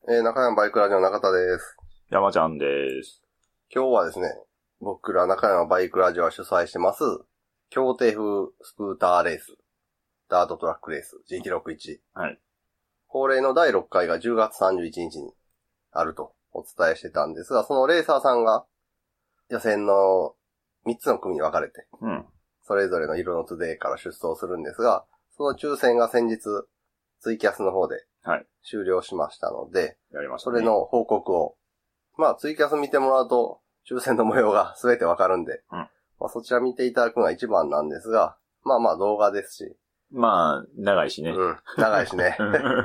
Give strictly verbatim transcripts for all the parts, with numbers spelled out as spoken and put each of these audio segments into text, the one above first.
えー、中山バイクラジオ中田です。 山ちゃんです。 今日はですね、僕ら中山バイクラジオが主催してます、協定風スクーターレース、ダートトラックレース ジーティーろくじゅういち。 はい。 恒例のだいろっかいがじゅうがつさんじゅういちにちにあるとお伝えしてたんですが、そのレーサーさんが予選のみっつの組に分かれて、 うん。 それぞれの色のトゥデイから出走するんですが、その抽選が先日、ツイキャスの方で終了しましたので、 やりましたね。 それの報告を、まあツイキャス見てもらうと、抽選の模様が全てわかるんで、 うん、 まあ、そちら見ていただくのが一番なんですが、まあまあ動画ですし。 まあ、長いしね。 うん、長いしね。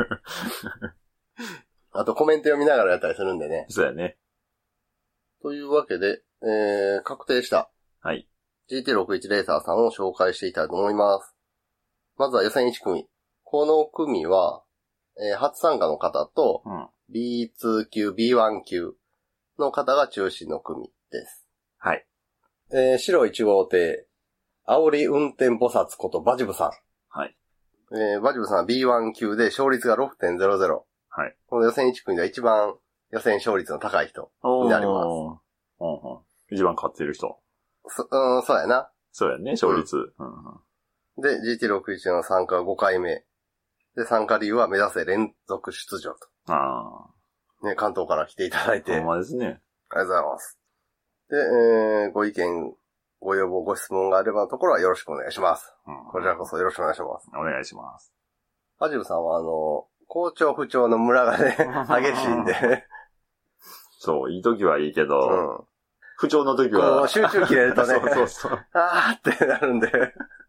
あとコメント読みながらやったりするんでね。 そうやね。 というわけで、えー、確定した。 はい。 ジーティーろくじゅういち レーサーさんを紹介していきたいと思います。まずは予選いち組。この組は、えー、初参加の方と、 うん、 ビーツー 級、ビーワン 級の方が中心の組です。 はい。 えー、白いち号艇、煽り運転菩薩ことバジブさん。 はい。 えー、バジブさんは ビーワン 級で勝率が ろくてんゼロゼロ。 はい。 この予選いち組では一番予選勝率の高い人になります。 おー。うんうん。一番勝ってる人。 そ、うん、そうやな。 そうやね、勝率。うんうん、で、ジーティーろくじゅういち の参加はごかいめ。で、参加理由は目指せ連続出場と。 ああ。ね、関東から来ていただいて。 ほんまですね。 ありがとうございます。で、えー、ご意見、ご要望、ご質問があればのところはよろしくお願いします。うん、こちらこそよろしくお願いします。 お願いします。 バジルさんはあの、好調不調のムラがね、激しいんで。 そう、いい時はいいけど、 うん、 不調の時は。 こう集中切れるとね、 そうそうそう。 あーってなるんで。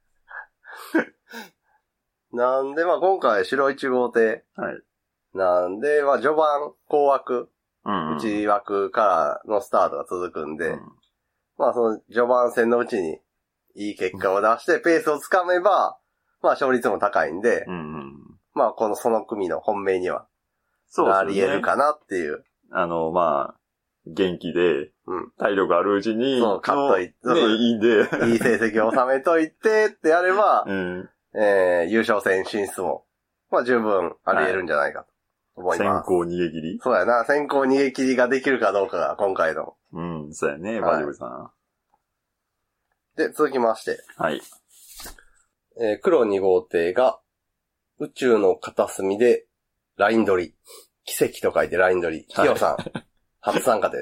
なんで、まあ今回白いち号艇。 はい。 なんで、まあ序盤、後枠、 うんうん、 内枠からのスタートが続くんで、うん、まあその序盤戦のうちにいい結果を出してペースをつかめば、まあ勝率も高いんで、 うんうん、 まあこのその組の本命には、なり得るかなっていう。 あの、まあ、元気で、 うん、 体力あるうちに、 そう、勝っといて、 ね、いいんで。 いい成績を収めといてってやれば、 うんえー、優勝戦進出も、まあ十分あり得るんじゃないかと思います。 先行逃げ切りそうやな、先行逃げ切りができるかどうかが今回の。 うん、そうやね、バジブさん、はい。で、続きまして。 はい。 えー、黒に号艇が、宇宙の片隅で、ライン取り。奇跡と書いてライン取り。キヨさん、初参加です。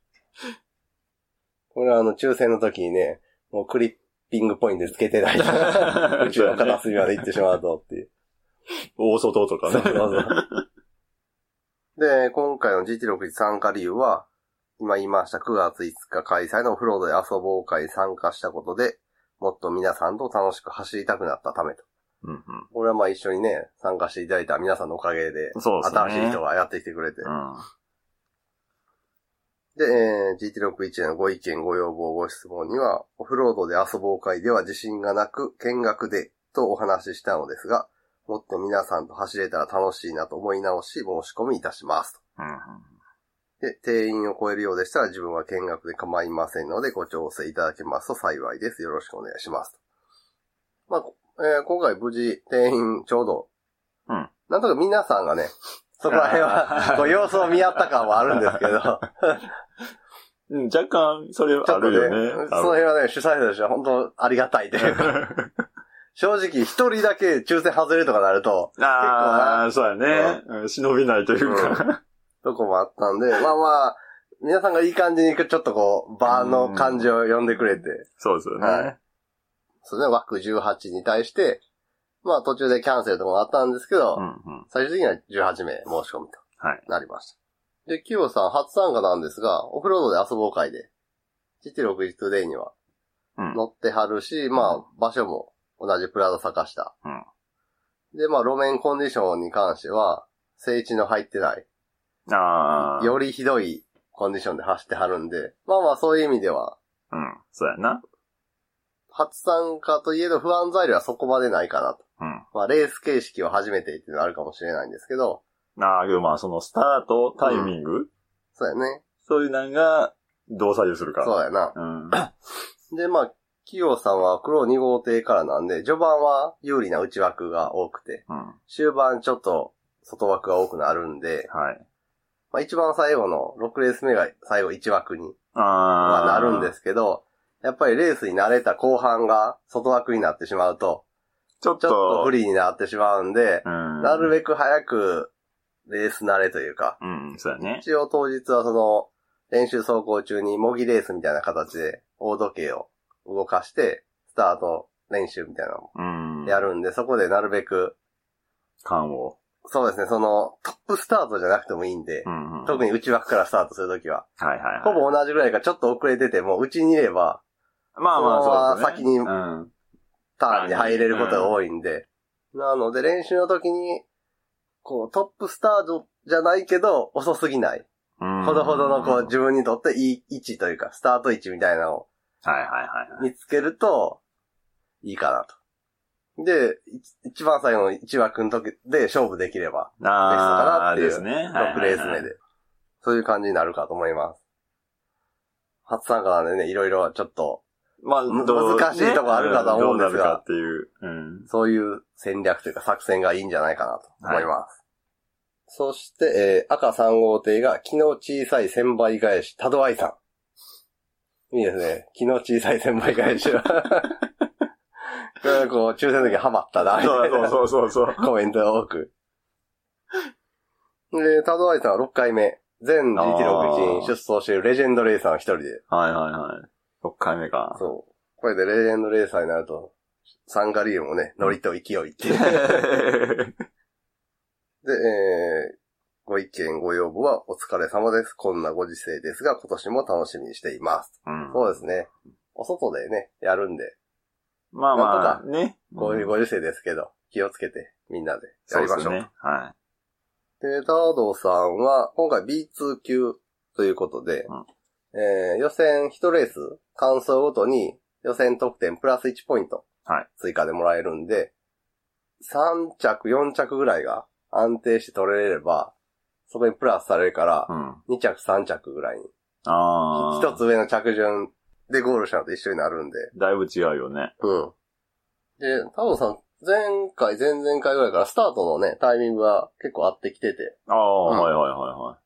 これはあの、抽選の時にね、もうクリッピングポイントでつけてない。宇宙の片隅まで行ってしまうとっていう。 大外とかね。 そうそうそうで、今回の ジーティーろくじゅういち 参加理由は、今言いましたくがついつか開催のオフロードで遊ぼう会に参加したことで、もっと皆さんと楽しく走りたくなったためと。 うんうん、 これはまあ一緒にね、参加していただいた皆さんのおかげで、 そうですね、 新しい人がやってきてくれて。 うん、 で、えー、ジーティーろくじゅういち のご意見、ご要望、ご質問には、オフロードで遊ぼう会では自信がなく、見学でとお話ししたのですが、もっと皆さんと走れたら楽しいなと思い直し、申し込みいたしますと。 うんうん、 で、定員を超えるようでしたら自分は見学で構いませんのでご調整いただけますと幸いです。よろしくお願いしますと。まあ、えー、今回無事定員ちょうど、 うん、 なんとか皆さんがね、そこら辺はこう様子を見合った感はあるんですけど、 うん、若干それはあるよね。 ちょっとね、その辺はね、主催者としては本当ありがたいというか、正直一人だけ抽選外れとかなると、 ああ、そうやね、うん。忍びないというか、うん。 とこもあったんで、まあまあ、皆さんがいい感じにちょっとこう、場の感じを読んでくれて。 そうですよね。はい。 そうね、枠じゅうはちに対して、まあ途中でキャンセルとかもあったんですけど、 うんうん、 最終的にはじゅうはちめい申し込みとなりました。 はい、 で、キヨさん初参加なんですが、オフロードで遊ぼう会で、ジーティーろくじゅういち トゥデイには乗ってはるし、うん、まあ場所も同じプラザ坂下、うん。で、まあ路面コンディションに関しては、整地の入ってない。 ああ。 よりひどいコンディションで走ってはるんで、まあまあそういう意味では、 うん、そうやな。 初参加といえど不安材料はそこまでないかなと。 うん。 まあレース形式は初めてっていうのはあるかもしれないんですけど。 ああ、けどまあそのスタート、タイミング、うん、 そうやね。 そういうのがどう左右するか。 そうやな。 うん。 で、まあ、キヨさんは黒に号艇からなんで、序盤は有利な内枠が多くて、うん、終盤ちょっと外枠が多くなるんで、 はい。 まあ一番最後のろくレース目が最後いち枠にはなるんですけど、やっぱりレースに慣れた後半が外枠になってしまうと、 ちょっと、 ちょっと不利になってしまうんで、 うん、 なるべく早くレース慣れというか、 うん、そうだね。 一応当日はその練習走行中に模擬レースみたいな形で大時計を動かして、スタート練習みたいなのをやるんで、うん、そこでなるべく、 感を。 そうですね、そのトップスタートじゃなくてもいいんで、 うんうん、 特に内枠からスタートするときは、 はいはいはい。 ほぼ同じぐらいかちょっと遅れてても、内にいれば、 まあまあそうですね。 先にターンに入れることが多いんで、うん、なので練習の時に、こうトップスタートじゃないけど遅すぎない。ほどほどのこう自分にとっていい位置というか、スタート位置みたいなのをはいはいはい。 見つけるといいかなと。で、一番最後のいち枠の時で勝負できればベストかなっていう。ですね。ろくレース目で。そういう感じになるかと思います。初参加なんでね、いろいろちょっと、まあ、難しいとこあるかと思うんですが、ね、どうなるかっていう、うん、そういう戦略というか作戦がいいんじゃないかなと思います。はい、そして、えー、赤さん号艇が気の小さい千倍返し、タドアイさん。いいですね。気の小さい千倍返しは。これはこう、抽選の時ハマったな、みたいな。そうそうそうそう。コメントが多く。で、タドアイさんはろっかいめ。全 ジーティーろくじゅういち に出走しているレジェンドレーサーの一人で。はいはいはい。ろっかいめか。そう。これでレジェンドレーサーになると、サンガリウもね、ノリと勢いって。で、えー、ご意見ご要望はお疲れ様です。こんなご時世ですが、今年も楽しみにしています。うん、そうですね。お外でね、やるんで。まあまあ、なんとかね。こういうご時世ですけど、気をつけてみんなでやりましょう。そうですね。はい。で、タードさんは、今回 ビーツー 級ということで、うんえー、予選いちレース、完走ごとに予選得点プラスいちポイント追加でもらえるんで、はい、さん着、よん着ぐらいが安定して取れれば、そこにプラスされるから、うん、に着、さん着ぐらいに、あ一つ上の着順でゴールしたのと一緒になるんで。 だいぶ違うよね。 うん。で、タードさん、前回、前々回ぐらいからスタートのね、タイミングが結構合ってきてて。ああ、うん、はいはいはいはい。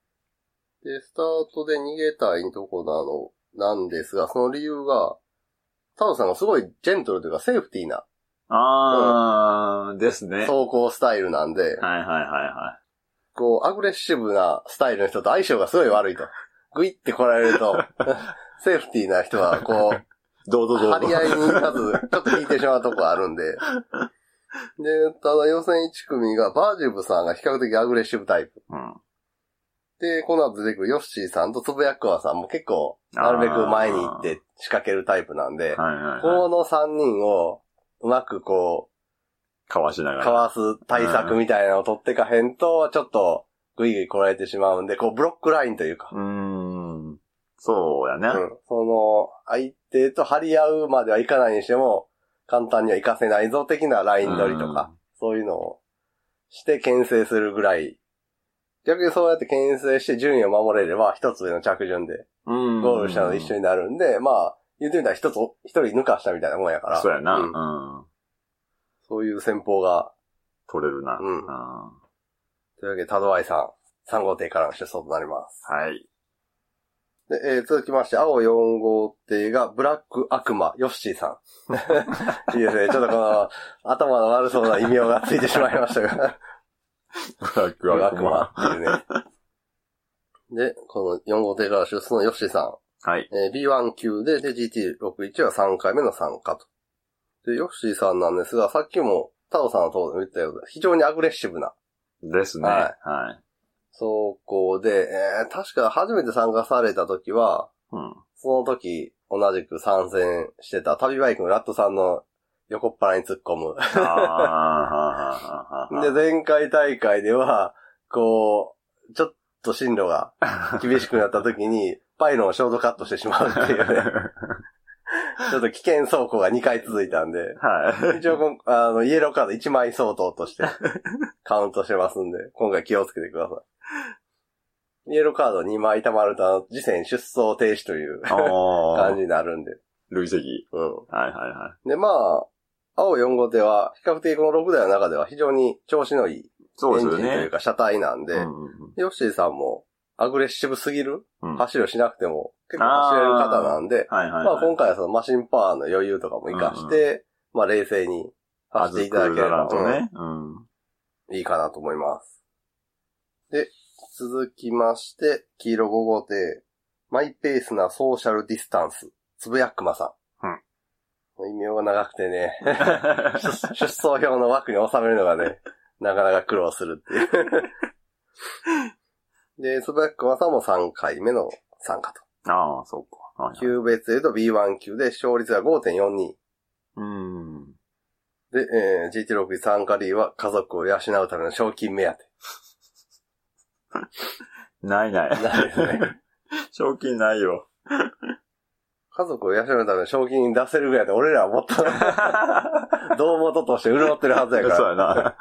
で、スタートで逃げたいとこなの、なんですが、その理由が、タオさんがすごいジェントルというかセーフティーな。 あー、うん、ですね。 走行スタイルなんで。はいはいはいはい。 こう、アグレッシブなスタイルの人と相性がすごい悪いと。グイって来られると、セーフティーな人はこう、 どうぞどうぞ。 張り合いに行かず、ちょっと引いてしまうとこあるんで。で、ただ予選いち組がバージブさんが比較的アグレッシブタイプ。うん、で、この後出てくるヨッシーさんとつぶやくわさんも結構、なるべく前に行って仕掛けるタイプなんで、はいはいはい、このさんにんをうまくこう、 かわしながら。 かわす対策みたいなのを取ってかへんと、ちょっとグイグイ来られてしまうんで、こうブロックラインというか。 うーん。そうやね。うん。 その、相手と張り合うまではいかないにしても、簡単には活かせないぞ的なライン取りとか、そういうのをして牽制するぐらい、逆にそうやって牽制して順位を守れれば一つ上の着順でゴールしたのと一緒になるんで、まあ、言ってみたら一つ、一人抜かしたみたいなもんやから。 そうやな。うん。 うん、そういう戦法が取れるな。 うん。というわけで、タドワイさん、さん号艇からの出走となります。 はい。 で、えー、続きまして、青よん号艇がブラック悪魔、ヨッシーさん。いいですね。ちょっとこの、頭の悪そうな異名がついてしまいましたが。 ブラック悪魔。 っていうね。で、このよん号艇から出走のヨッシーさん。はい。えー、ビーワン 級で、で、ジーティーろくじゅういち はさんかいめの参加と。で、ヨッシーさんなんですが、さっきも、タオさんの当然言ったように、非常にアグレッシブな。 ですね。はい。はい。 走行で、えー、確か初めて参加された時は、うん、その時、同じく参戦してた旅バイクのラットさんの横っ腹に突っ込む。で、前回大会では、こう、ちょっと進路が厳しくなった時に、パイロンをショートカットしてしまうっていうね。ちょっと危険走行がにかい続いたんで、はい、一応あの、イエローカードいちまい相当としてカウントしてますんで、今回気をつけてください。イエローカードにまい溜まると、次戦出走停止という感じになるんで。 累積。 うん。 はいはいはい。 で、まあ、青よん号艇は、比較的このろくだいの中では非常に調子のいいエンジンというか車体なんで、うんうんうん、ヨッシーさんもアグレッシブすぎる、うん、走りをしなくても結構走れる方なんで、はいはいはい、まあ今回はそのマシンパワーの余裕とかも活かして、うんうん、まあ冷静に走っていただければ、ねうん、いいかなと思います。で、続きまして、黄色ご号艇、マイペースなソーシャルディスタンス、つぶやっくまさん。うん、異名が長くてね、出走表の枠に収めるのがね、なかなか苦労するっていう。で、つぶやっくまさんもさんかいめの参加と。 ああ、そうか。 はいはい、級別で言うと ビーワン 級で勝率が ごてんよんに。 うーん。 で、えー、ジーティーろくじゅう参加理由は家族を養うための賞金目当て。 ないない。 ないですね。 賞金ないよ。 家族を養うための賞金出せるぐらいで俺らはもっと胴元として潤ってるはずやから。 そうやな。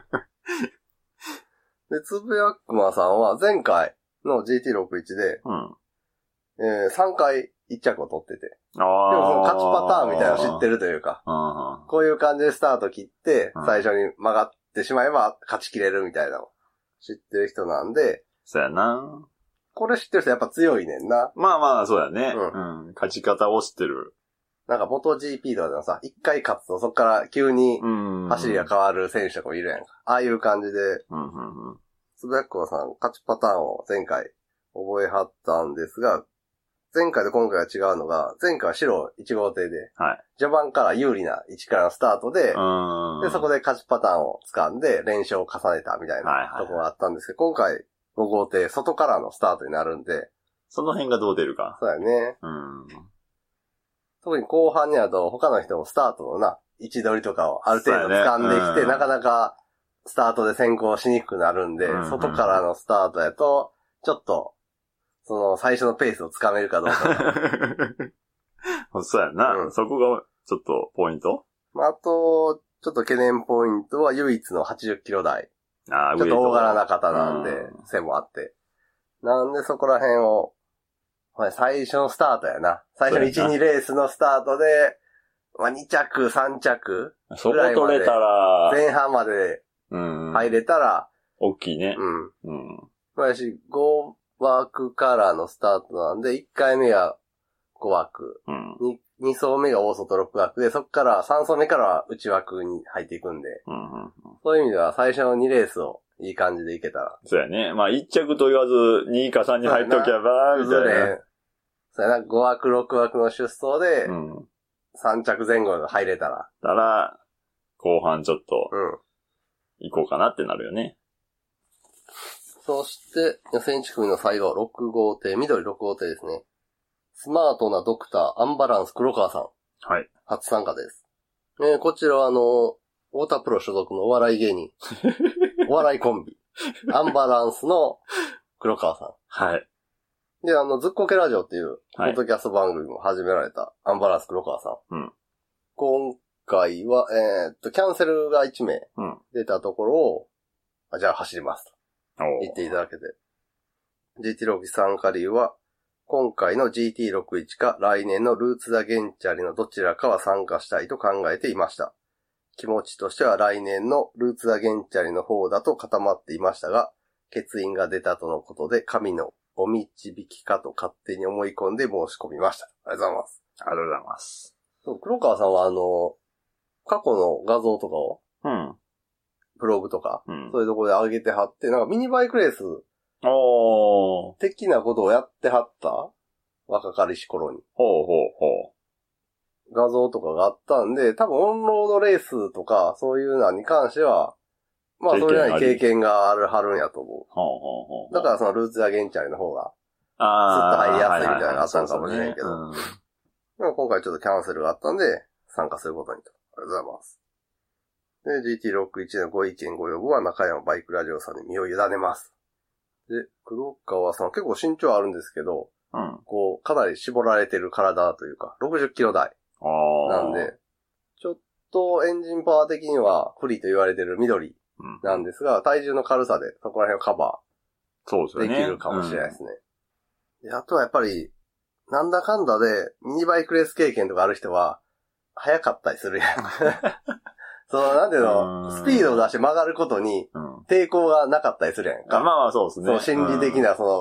で、つぶやっくまさんは前回の ジーティーろくじゅういち で、うんえー、さんかいいっ着を取ってて。あでもその勝ちパターンみたいなの知ってるというか、こういう感じでスタート切って、最初に曲がってしまえば勝ち切れるみたいなのを知ってる人なんで、 そうやな。 これ知ってる人やっぱ強いねんな。 まあまあ、そうやね。うん。うん、勝ち方を知ってる。 なんか元 ジーピー とかでもさ、一回勝つとそっから急に走りが変わる選手とかもいるやんか。ああいう感じで、うんうんうん、つぶやっくまさん勝ちパターンを前回覚えはったんですが、前回と今回は違うのが、前回は白いち号艇で、はい、序盤から有利な位置からのスタートで、で、そこで勝ちパターンを掴んで連勝を重ねたみたいなところがあったんですけど、はいはいはい、今回ご号艇外からのスタートになるんで、 その辺がどう出るか。 そうやね。うん。特に後半になると他の人もスタートのな、位置取りとかをある程度掴んできて、ねうん、なかなかスタートで先行しにくくなるんで、うんうん、外からのスタートやと、ちょっと、その最初のペースをつかめるかどうか。 そうやな、うん。そこがちょっとポイント？ あと、ちょっと懸念ポイントは唯一のはちじゅっキロ台。あちょっと大柄な方なんで、背もあって。なんでそこら辺を、最初のスタートやな。最初のいち、にレースのスタートで、まあ、に着、さん着そこ取れたら、 前半まで入れたら、 うん、大きいね。 うん。うん。まあ、し、ご枠からのスタートなんで、いっかいめがご枠。うん。に, に走目が大外ろく枠で、そっからさん走目からは内枠に入っていくんで、うんうんうん、そういう意味では最初のにレースをいい感じでいけたら。 そうやね。まあいっ着と言わずにかさんに入っとけば、みたいな。 そうやな。ご枠ろく枠の出走で、うん、さん着前後で入れたら。 たら、後半ちょっと、うん。行こうかなってなるよね。 そして、予選いち組の最後、ろく号艇、緑ろく号艇ですね。スマートなドクター、アンバランス黒川さん。はい。初参加です。えー、こちらはあの、太田プロ所属のお笑い芸人。お笑いコンビ。アンバランスの黒川さん。はい。で、あの、ずっこけラジオっていう、ポッドキャスト番組も始められた、アンバランス黒川さん。うん。今回は、えー、っと、キャンセルがいち名出たところを、うん、あじゃあ走りますと。言っていただけて。ジーティーろくじゅういち 参加理由は、今回の ジーティーろくじゅういち か来年のルーツ・ザ・ゲンチャリのどちらかは参加したいと考えていました。気持ちとしては来年のルーツ・ザ・ゲンチャリの方だと固まっていましたが、欠員が出たとのことで神のお導きかと勝手に思い込んで申し込みました。ありがとうございます。 ありがとうございます。 そう黒川さんはあの、過去の画像とかを、うん。ブログとか、うん、そういうところで上げてはって、なんかミニバイクレース、おー。的なことをやってはった若かりし頃に。ほうほうほう。画像とかがあったんで、多分オンロードレースとか、そういうのに関しては、まあそれなりに経験があるはるんやと思う。ほうほうほう。だからそのルーツやゲンチャリの方が、スッと入りやすいみたいなのがあったのかもしれんけど。今回ちょっとキャンセルがあったんで、参加することにと。ありがとうございます。で、ジーティーろくじゅういち のご意見ご要望は中山バイクラジオさんに身を委ねます。で、黒川さん結構身長あるんですけど、うん、こう、かなり絞られてる体というか、ろくじゅっキロ台。なんで、ちょっとエンジンパワー的には不利と言われてる緑なんですが、うん、体重の軽さでそこら辺をカバーできるかもしれないですね。うん、であとはやっぱり、なんだかんだでミニバイクレース経験とかある人は、早かったりするやん。その、なんていうの、スピードを出して曲がることに、抵抗がなかったりするやんか。 まあまあそうですね。 その心理的な、その、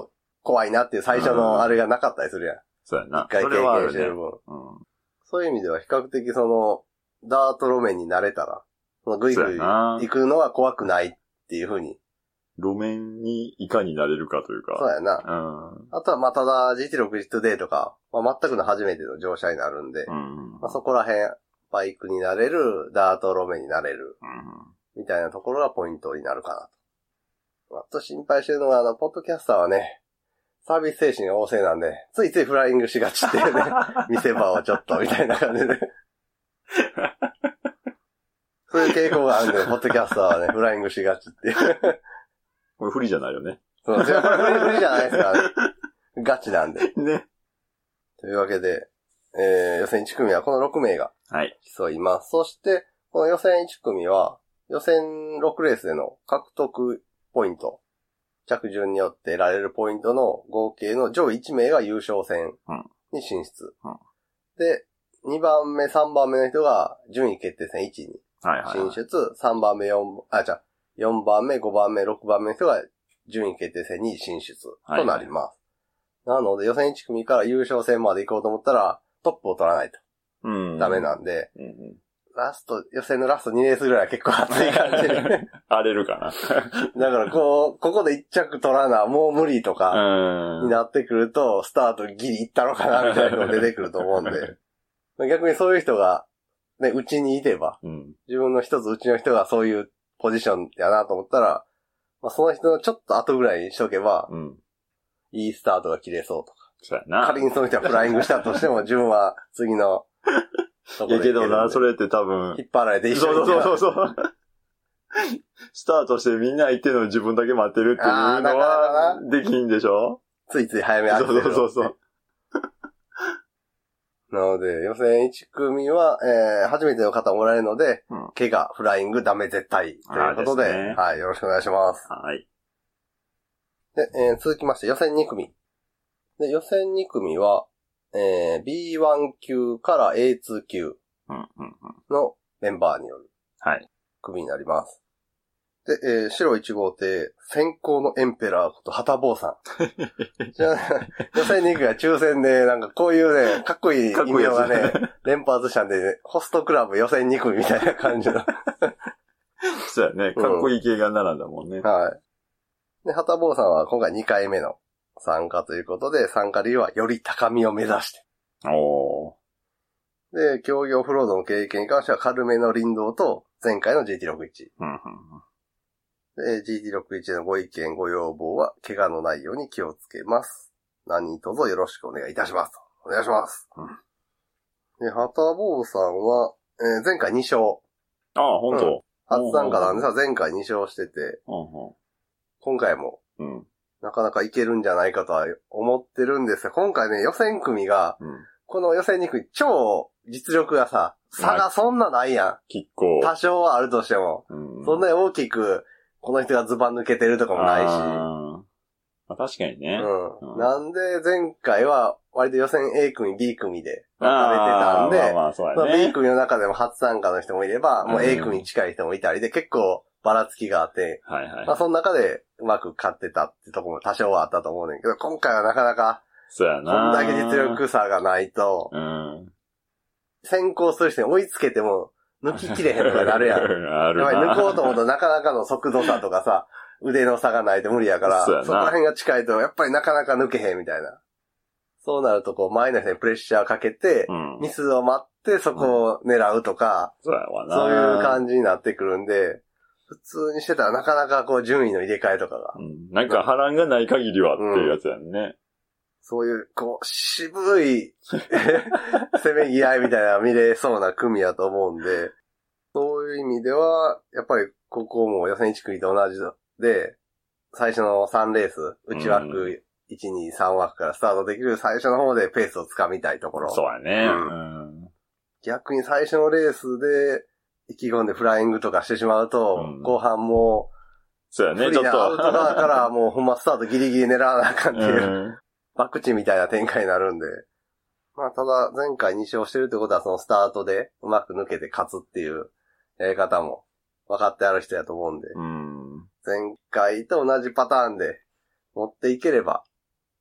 怖いなっていう最初のあれがなかったりするやん。 そうやな。 一回経験してる分、ねうん。そういう意味では比較的その、ダート路面に慣れたら、そのぐいぐい行くのは怖くないっていう風に。 路面にいかになれるかというか。 そうやな。うん、あとはまあただ ジーティーろくじゅうデーとか、まあ、全くの初めての乗車になるんで、うんまあ、そこら辺、バイクになれる、ダート路面になれる、うん、みたいなところがポイントになるかなと。あと心配してるのは、あの、ポッドキャスターはね、サービス精神旺盛なんで、ついついフライングしがちっていうね、見せ場をちょっとみたいな感じで。そういう傾向があるんで、ポッドキャスターはね、フライングしがちっていう。 これ不利じゃないよね。 そうですよ。これ不利じゃないですから、ね、ガチなんで。 ね。 というわけで、えー、予選いち組はこのろく名が競います。はい、そして、この予選いち組は、予選ろくレースでの獲得ポイント、着順によって得られるポイントの合計の上位いち名が優勝戦に進出。うんうん、で、にばんめ、さんばんめの人が順位決定戦いちに進出、はいはいはい、さんばんめ、よん、あ、じゃあ、よんばんめ、ごばんめ、ろくばんめの人が順位決定戦に進出となります。はいはい、なので予選いち組から優勝戦まで行こうと思ったらトップを取らないとダメなんで、うんうん、ラスト、予選のラストにレースぐらいは結構熱い感じで。 荒れるかな。 だからこう、ここでいっ着取らな、もう無理とかになってくると、スタートギリいったのかなみたいなのが出てくると思うんで、逆にそういう人がね、うちにいてば、うん、自分の一つうちの人がそういうポジションやなと思ったら、まあ、その人のちょっと後ぐらいにしとけば、うん、いいスタートが切れそうとか。 そうやな。 仮にその人がフライングしたとしても、自分は次のとこでいけるんで。いやけどな、それって多分。 引っ張られて一緒に。 そうそうそうそう。スタートしてみんな行ってるのに自分だけ待ってるっていうのは、できんでしょ？ ついつい早め開けてる。 そうそうそう。 なので、予選いち組は、えー、初めての方もおられるので、うん、怪我、フライング、ダメ絶対ということで、ね、はい、よろしくお願いします。 はい。 で、えー、続きまして予選に組。で、予選に組は、えー、ビーワン 級から エーツー 級のメンバーによる組になります。で、えー、白いち号艇、先行のエンペラーこと旗坊さん。じゃあ、予選に組は抽選で、なんかこういうね、かっこいい異名がね、連発したんで、ね、ホストクラブ予選に組みたいな感じの。 そうやね、かっこいい系が並んだもんね。うん、 はい。で、旗坊さんは今回にかいめの参加ということで、参加理由はより高みを目指して。 おー。で、競技オフロードの経験に関しては軽めの林道と、前回の ジーティーろくじゅういち。うんうんで、ジーティーろくじゅういち のご意見、ご要望は、怪我のないように気をつけます。何卒よろしくお願いいたします。お願いします。うん、で、旗坊さんは、えー、前回に勝。 ああ、本当、うん、 初参加なんですが、前回に勝してて、うんうん、今回も、うん、なかなかいけるんじゃないかとは思ってるんですが、今回ね、予選組が、うん、この予選に組、超実力がさ、差がそんなないやん。 結構。 多少はあるとしても、うん、そんなに大きく、この人がズバ抜けてるとかもないし。 あまあ、確かにね、 うん。なんで前回は割と予選 A 組 B 組で分かれてたんで、 まあまあそうやね、まあ、 B 組の中でも初参加の人もいれば、もう A 組に近い人もいたりで結構ばらつきがあって、 はいはい、 まあその中でうまく勝ってたってところも多少はあったと思うねんけど、今回はなかなか、 そうやな。 こんだけ実力差がないと、うん、先行する人に追いつけても、抜ききれへんとかなるやん。 あるな。 やっぱり抜こうと思うとなかなかの速度差とかさ、腕の差がないと無理やから、そこら辺が近いとやっぱりなかなか抜けへんみたいな。そうなるとこう前の人にプレッシャーかけて、うん、ミスを待ってそこを狙うとか、 うん、そうやわな。 そういう感じになってくるんで、普通にしてたらなかなかこう順位の入れ替えとかが。 うん、なんか波乱がない限りはっていうやつやんね。うん、 そういう、こう、渋いせめぎ合いみたいな見れそうな組やと思うんで、そういう意味では、やっぱりここも予選いち組と同じで、最初のさんレース、内枠いち、に、さん枠からスタートできる最初の方でペースをつかみたいところ。 そうやね、うんうん。逆に最初のレースで意気込んでフライングとかしてしまうと、うん、後半もう、 そうやね、ちょっと。 アウト側からもうほんまスタートギリギリ狙わなあかんっていう、うんバクチみたいな展開になるんで。まあ、ただ、前回に勝してるってことは、そのスタートでうまく抜けて勝つっていうやり方も分かってある人やと思うんで。うん前回と同じパターンで持っていければ、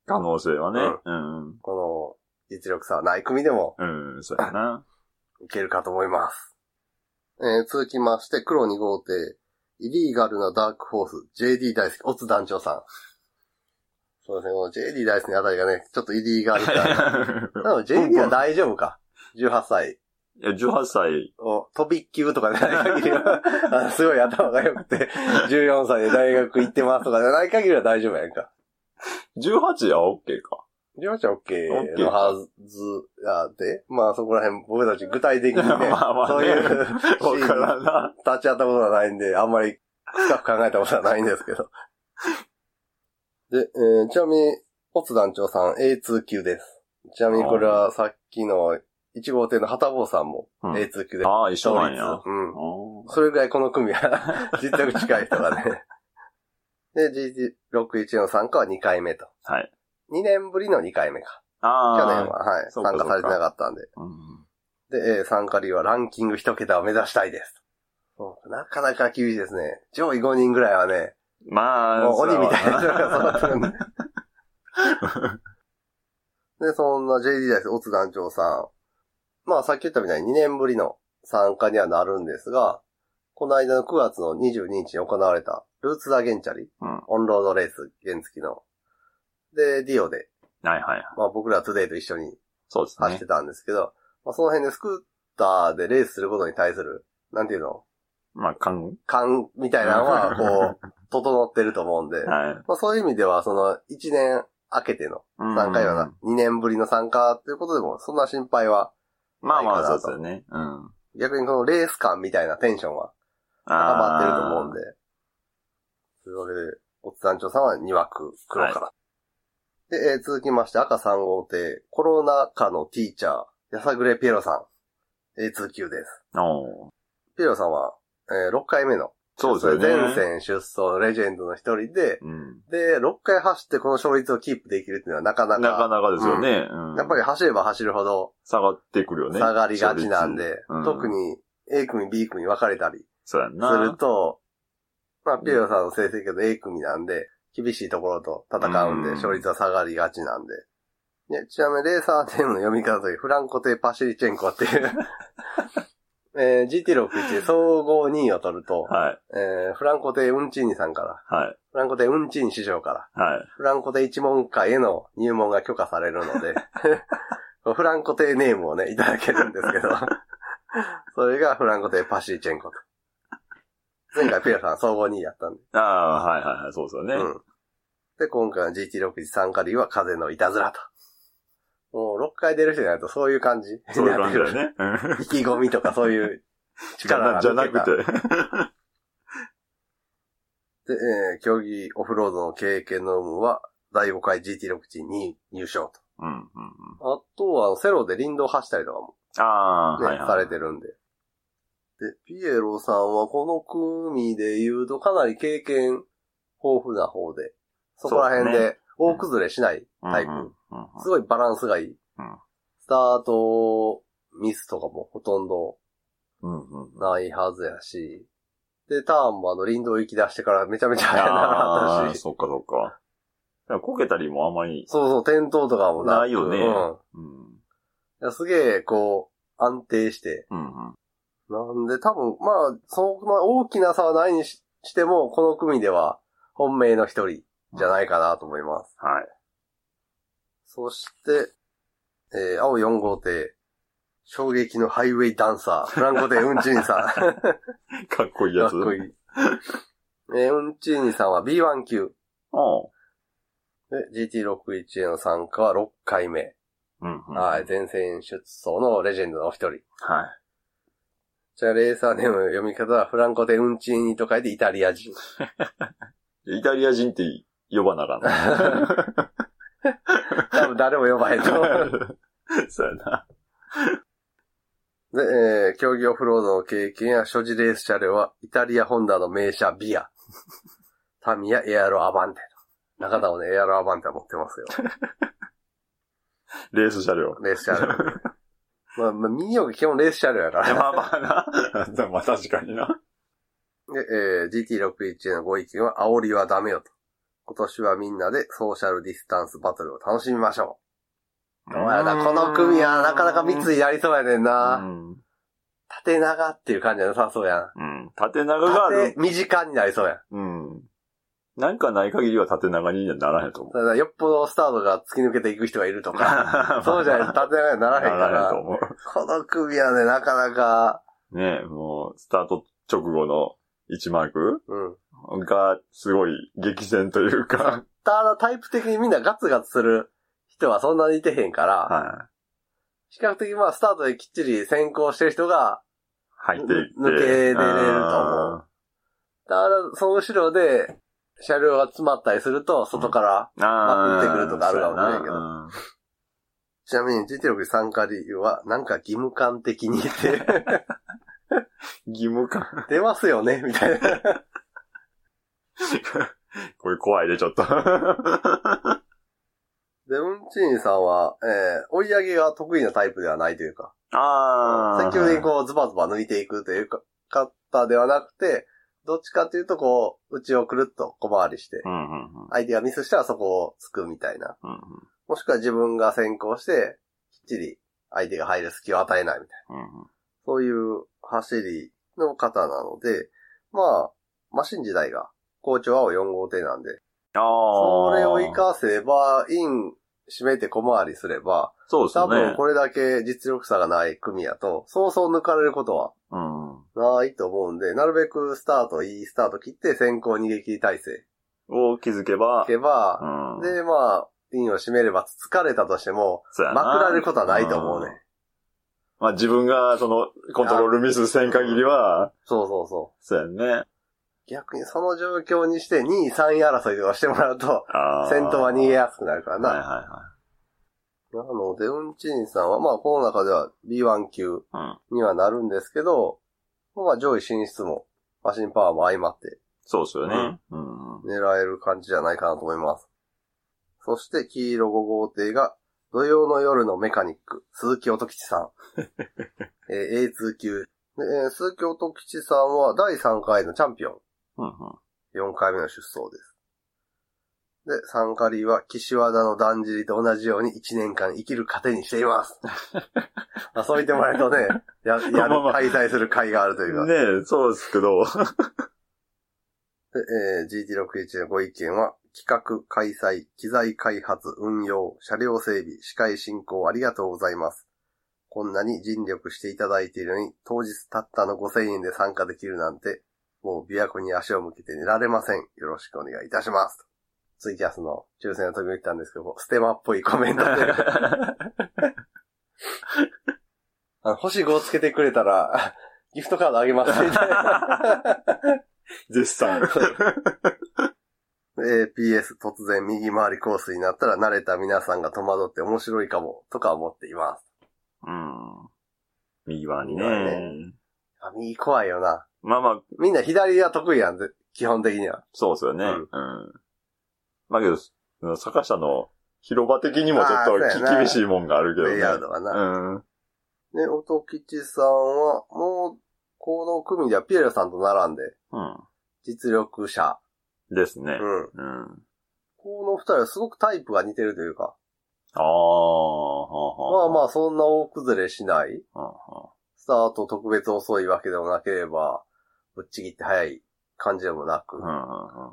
可能性はね。 うん。 うん、 この実力差はない組でも。 うん、そうやな。 いけるかと思います。えー、続きまして、黒に号艇、イリーガルなダークホース、ジェーディー 大好き、オツ団長さん。そうですね、この ジェーディー 大好きのあたりがね、ちょっとイリーガル感。でも ジェーディー は大丈夫か。じゅうはっさい。 いや、じゅうはっさい。 を飛び級とかでない限りは、すごい頭が良くて、じゅうよんさいで大学行ってますとかでない限りは大丈夫やんか。 じゅうはちは OK か。 じゅうはちは OK のはずやで、まあそこら辺僕たち具体的にね、まあまあねそういうシーンに立ち会ったことはないんで、あんまり深く考えたことはないんですけど。で、えー、ちなみに、オツ団長さん エーツー 級です。ちなみにこれはさっきのいち号艇の旗坊さんも エーツー 級で、うん。 ああ、一緒なんや。 うん。それぐらいこの組は実力近い人がね。で、ジーティーろくじゅういち の参加はにかいめと。 はい。 にねんぶりのにかいめか。 ああ。 去年は、はい。参加されてなかったんで。うん、で、えー、参加理由はランキング一桁を目指したいです。なかなか厳しいですね。上位ごにんぐらいはね。 まあ、 もう鬼みたいな人が揃ってるんで。で、そんな ジェーディー 大好き、オツ団長さん。まあさっき言ったみたいににねんぶりの参加にはなるんですが、この間のくがつのにじゅうににちに行われた、ルーツダゲンチャリ、うん、オンロードレース原付の。で、ディオで。 はいはいはい。 まあ僕らトゥデイと一緒に走ってたんですけど、ね、まあその辺でスクーターでレースすることに対する、なんていうのまあ、感感みたいなのは、こう、整ってると思うんで、はい、まあそういう意味では、その、いちねん明けての参加ような、にねんぶりの参加ということでも、そんな心配はないかなと。 まあまあ、そうですよね。うん。 逆にこのレース感みたいなテンションは高まってると思うんで、というわけで、おつ団長さんはに枠黒から。はい、で、えー、続きまして赤さん号艇、コロナ禍のティーチャー、やさぐれピエロさん、エーツー 級です。 おピエロさんは、えー、ろっかいめの、 そうですよね。 前線出走のレジェンドの一人で、うん、で、ろっかい走ってこの勝率をキープできるっていうのはなかなか。 なかなかですよね。 うんうん、やっぱり走れば走るほど、 下がってくるよね。 下がりがちなんで、うん、特に A 組、B 組分かれたりすると、まあ、ピエロさんの成績だと A 組なんで、厳しいところと戦うんで、勝率は下がりがちなんで。ね、ちなみにレーサーネームの読み方というフランコテ・パシリチェンコっていう、えー、ジーティーろくじゅういち で総合にいを取ると、はい、えー、フランコテ・ウンチーニさんから、はい、フランコテ・ウンチーニ師匠から、はい、フランコテ一門会への入門が許可されるので、フランコテネームをね、いただけるんですけど、それがフランコテ・パシリチェンコと。前回ピエロさん総合にいやったんで。 ああ、はいはいはい、そうですよね。うん。 で、今回の ジーティーろくじゅういち 参加理由は風のいたずらと。もうろっかい出る人になるとそういう感じ。 そういう感じだよね。 意気込みとかそういう力がじゃなくて。 で、えー、競技オフロードの経験の有無はだいごかい ジーティーろくじゅういち に入賞と。うんうんうん、あとはセロで林道走ったりとかも、ね、あー、はいはい、されてるんで。で、ピエロさんはこの組で言うとかなり経験豊富な方で、そこら辺で大崩れしないタイプ。うんうんうんうん、すごいバランスがいい。うん、スタートミスとかもほとんどないはずやし、で、ターンもあの林道行き出してからめちゃめちゃ速くなかったし。 そっかそっか。こけたりもあんまり。 そうそう、転倒とかもなくないよね。うんうん、すげえ、こう、安定して。うんうん、なんで多分、まあ、そんな大きな差はないに し, しても、この組では本命の一人じゃないかなと思います。 うん、はい。 そして、えー、青よん号艇、衝撃のハイウェイダンサー、フランコテ・ウンチーニさん。かっこいいやつ。 かっこいい。えー、ウンチーニさんは ビーワン 級。 おうで、ジーティーろくじゅういち への参加はろっかいめ。うんうん、はい。前線出走のレジェンドのお一人。はい。じゃあ、レーサーネームの読み方はフランコテ・ウンチーニと書いてイタリア人。 イタリア人って呼ばなあかんな。 多分誰も呼ばへんと思う。 そうやな。 で、えー、競技オフロードの経験や所持レース車両はイタリアホンダの名車ビア、タミヤエアロアバンテ。中田もね、エアロアバンテは持ってますよ。 レース車両。 レース車両。まあ、まあ、ミニオン基本レース車両やから。 まあまあな。まあ確かにな。 で、えー、ジーティーろくじゅういち へのご意見は、煽りはダメよと。 今年はみんなでソーシャルディスタンスバトルを楽しみましょう。どうやな、この組はなかなか密になりそうやねんな。うん、縦長っていう感じじゃなさそうやん。 うん。縦長がある。 縦短になりそうやん。うん。なんかない限りは縦長にはならへんと思う。 ただよっぽどスタートが突き抜けていく人がいるとか、そうじゃないと縦長にならへんから。ならへんと思う。この組はね、なかなか。 ねえ、もう、スタート直後のいちマーク、うん、が、すごい激戦というか。 ただタイプ的にみんなガツガツする人はそんなにいてへんから、はい、比較的まあスタートできっちり先行してる人が、 入っていって。 抜けれると思う。ただ、その後ろで、車両が詰まったりすると、外からまくってくるとかあるかもしれないけど。ちなみに ジーティーろく 参加理由は、なんか義務感的にって義務感出ますよねみたいな。 これ怖いで、ちょっと。 で、うんちんさんは、えー、追い上げが得意なタイプではないというか。 ああ。積極的にこう、ズバズバ抜いていくという方ではなくて、どっちかというとこう、内をくるっと小回りして、 うんうんうん、 相手がミスしたらそこをつくみたいな。 うんうん、 もしくは自分が先行して、きっちり相手が入る隙を与えないみたいな。 うんうん、 そういう走りの方なので、まあ、マシン自体が、好調青よん号艇なんで、 あそれを活かせば、イン締めて小回りすれば、 そうですね。 多分これだけ実力差がない組やと、そうそう抜かれることは、ないと思うんで、うん、なるべくスタート、いいスタート切って先行逃げ切り体制を築けば、 築けば、うん、で、まあ、インを締めれば疲れたとしても、まくられることはないと思うね。うん、 まあ自分がそのコントロールミスせん限りは、 そうそうそう。 そうやね。 逆にその状況にしてにい、さんい争いとかしてもらうと、先頭は逃げやすくなるからな。 はいはいはい。 なので、うんちんさんは、まあ、この中では ビーワン 級にはなるんですけど、うん、まあ、上位進出も、マシンパワーも相まって、 そうですよね、 うんうん。狙える感じじゃないかなと思います。そして、黄色ご号艇が、土曜の夜のメカニック、鈴木音吉さん。えー、エーツー 級。でえー、鈴木音吉さんはだいさんかいのチャンピオン。 うんうん、 よんかいめの出走です。で、参加理は岸和田のだんじりと同じようにいちねんかん生きる糧にしています。まあ、そう言ってもらえるとね、や、やる、まあまあ、開催する会があるというか。 ねえ、そうですけど。 で、えー、ジーティーろくじゅういち のご意見は、企画、開催、機材開発、運用、車両整備、司会進行ありがとうございます。こんなに尽力していただいているのに、当日たったのごせんえんで参加できるなんて、もう琵琶湖に足を向けて寝られません。よろしくお願いいたします。ツイキャスの抽選の時も言ったんですけど、ステマっぽいコメントで。あの星ごつけてくれたら、ギフトカードあげますみたいな。 絶賛。 えー、ピーエス 突然右回りコースになったら慣れた皆さんが戸惑って面白いかも、とか思っています。 うん。右回りね。ねあ、右怖いよな。 まあまあ。 みんな左が得意やん、基本的には。 そうですよね。うん。うん、まあけど、坂下の広場的にもちょっと厳しいもんがあるけどね。 レイヤードがな。うん。で、音吉さんは、もう、この組ではピエロさんと並んで、 うん。 実力者。 ですね。 うん。うん。この二人はすごくタイプが似てるというか。 ああ、 まあまあ、そんな大崩れしない。 ははスタート特別遅いわけでもなければ、ぶっちぎって早い感じでもなく。 うんうんうん、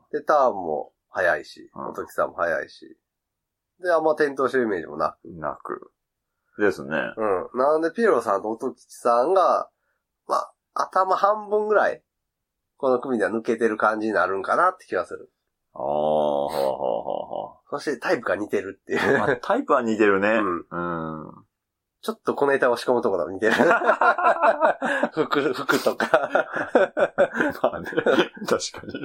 で、ターンも早いし、おときさんも早いし。で、あんま転倒してるイメージもなく。 なく。ですね。 うん。なんで、ピエロさんとおときさんが、まあ、頭半分ぐらい、この組では抜けてる感じになるんかなって気がする。 ああ、はあはあはあ。 そしてタイプが似てるっていう。 まあ、タイプは似てるね。 うん。うん。ちょっとこのネタを仕込むところと似てる。服、服とか。 まあね、確かに。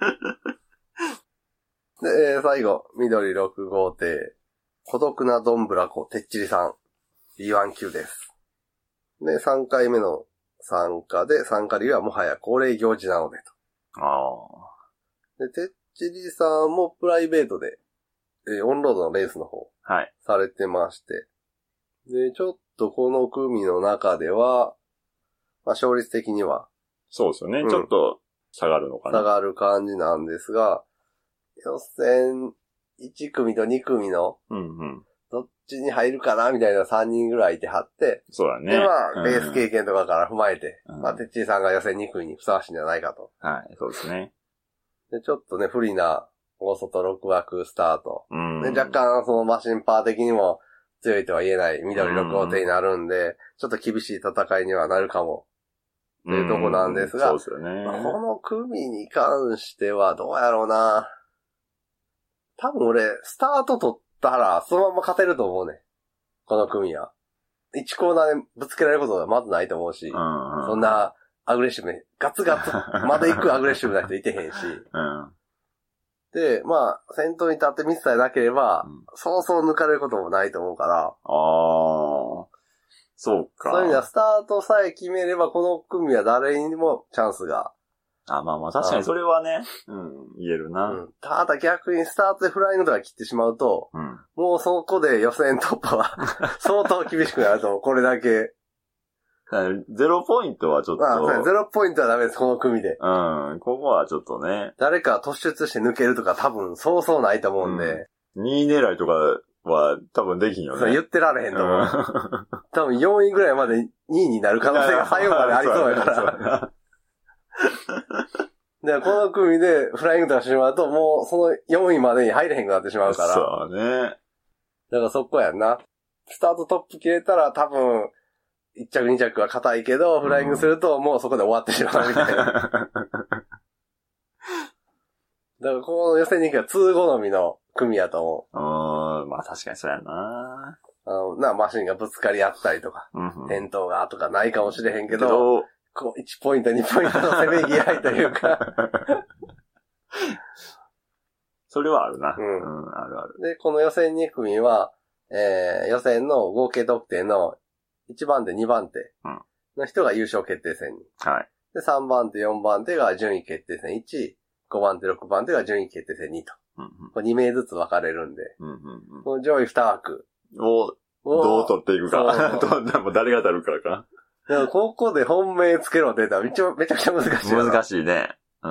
で、えー、最後、緑ろく号艇。孤独などんぶらこ、てっちりさん。ビーワン 級です。で、さんかいめの参加で、参加理由はもはや恒例行事なのでと。 ああ。で、てっちりさんもプライベートで、えー、オンロードのレースの方。 はい。 されてまして。で、ちょっとこの組の中では、まあ、勝率的には。 そうですよね、うん。ちょっと下がるのかな。 下がる感じなんですが、 予選いち組とに組の、 うんうん。 どっちに入るかなみたいなさんにんぐらいいてはって、 そうだね。 で、まあ、ベース経験とかから踏まえて、 うん、 まあ、てっちーさんが予選に組にふさわしいんじゃないかと。 はい、そうですね。 で、ちょっとね、不利な大外ろく枠スタート。 うん、 で、若干、そのマシンパー的にも強いとは言えない緑ろく号艇になるんで、ちょっと厳しい戦いにはなるかも。というとこなんですが、 うん、そうですよね。 この組に関してはどうやろうな。多分俺、スタート取ったら、そのまま勝てると思うね。この組は。いちコーナーでぶつけられることはまずないと思うし、 うんうん、 そんなアグレッシブに、ガツガツ、まだ行くアグレッシブな人いてへんし。 うん、 で、まあ、先頭に立ってミスさえなければ、うん、そうそう抜かれることもないと思うから。 ああ、そうか。 そういう意味では、スタートさえ決めれば、この組は誰にもチャンスが。 あ、まあまあ、確かにそれはね、うん、言えるな。うん、 ただ逆にスタートでフライングとか切ってしまうと、うん、もうそこで予選突破は相当厳しくなると思う、これだけ。 ゼロポイントはちょっと。 ああ、ゼロポイントはダメです、この組で。 うん、ここはちょっとね。 誰か突出して抜けるとか多分そうそうないと思うんで。 うん、にい狙いとかは多分できんよね。 そう言ってられへんと思う。うん、多分よんいぐらいまでにいになる可能性が最後までありそうやから。で、この組でフライングとかしてしまうと、もうそのよんいまでに入れへんくなってしまうから。 そうね。 だからそこやんな。スタートトップ切れたら多分、いっ着に着は硬いけど、フライングするともうそこで終わってしまうみたいな。だからこの予選に行きはに好みの組やと思う。うん、まあ確かにそうやな。 あの、な、マシンがぶつかり合ったりとか、うんうん、転倒がとかないかもしれへんけど、けどこういちポイント、にポイントのせめぎ合いというか。 それはあるな。 うん。 うん、あるある。 で、この予選に組は、えー、予選の合計得点のいちばん手、にばん手の人が優勝決定戦に。 はい。 で、さんばん手、よんばん手が順位決定戦いち、ごばん手、ろくばん手が順位決定戦にと。うんうん、これに名ずつ分かれるんで、うんうんうん、この上位に枠をどう取っていくか。誰が取るかか。 でもここで本命つけろって言ったらめちゃめちゃくちゃ難しい。 難しいね。うん。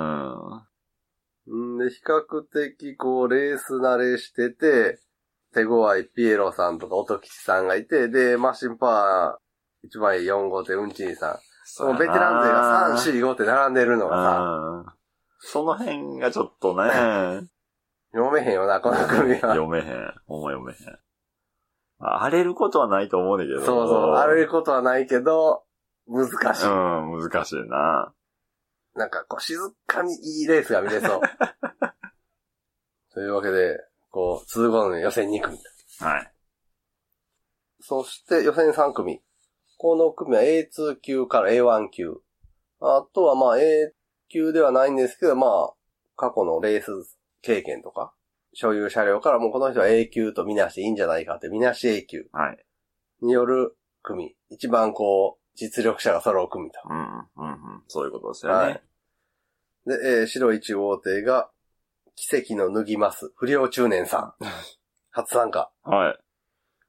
んで、比較的こう、レース慣れしてて、手強いピエロさんとか音吉さんがいて、で、マシンパワーいちばんよん号手うんちんさん。そのベテラン勢がさん、よん、ごって並んでるのがさ。 その辺がちょっとね。 読めへんよな、この組は。 読めへん。ほんま読めへん。荒れることはないと思うねんけど。 そうそう、荒れることはないけど、難しい。 うん、難しいな。 なんか、こう、静かにいいレースが見れそう。というわけで、こう、に号の予選に組。 はい。 そして、予選さん組。この組は エーツー 級から エーワン 級。あとはまあ A 級ではないんですけど、まあ、過去のレース経験とか、所有車両からもうこの人は A 級とみなしていいんじゃないかって、みなし A 級による組。一番こう、実力者が揃う組と。 うん、うん、うん。そういうことですよね。はい。 で、えー、白いち号艇が、奇跡の脱ぎます。不良中年さん。初参加。 はい。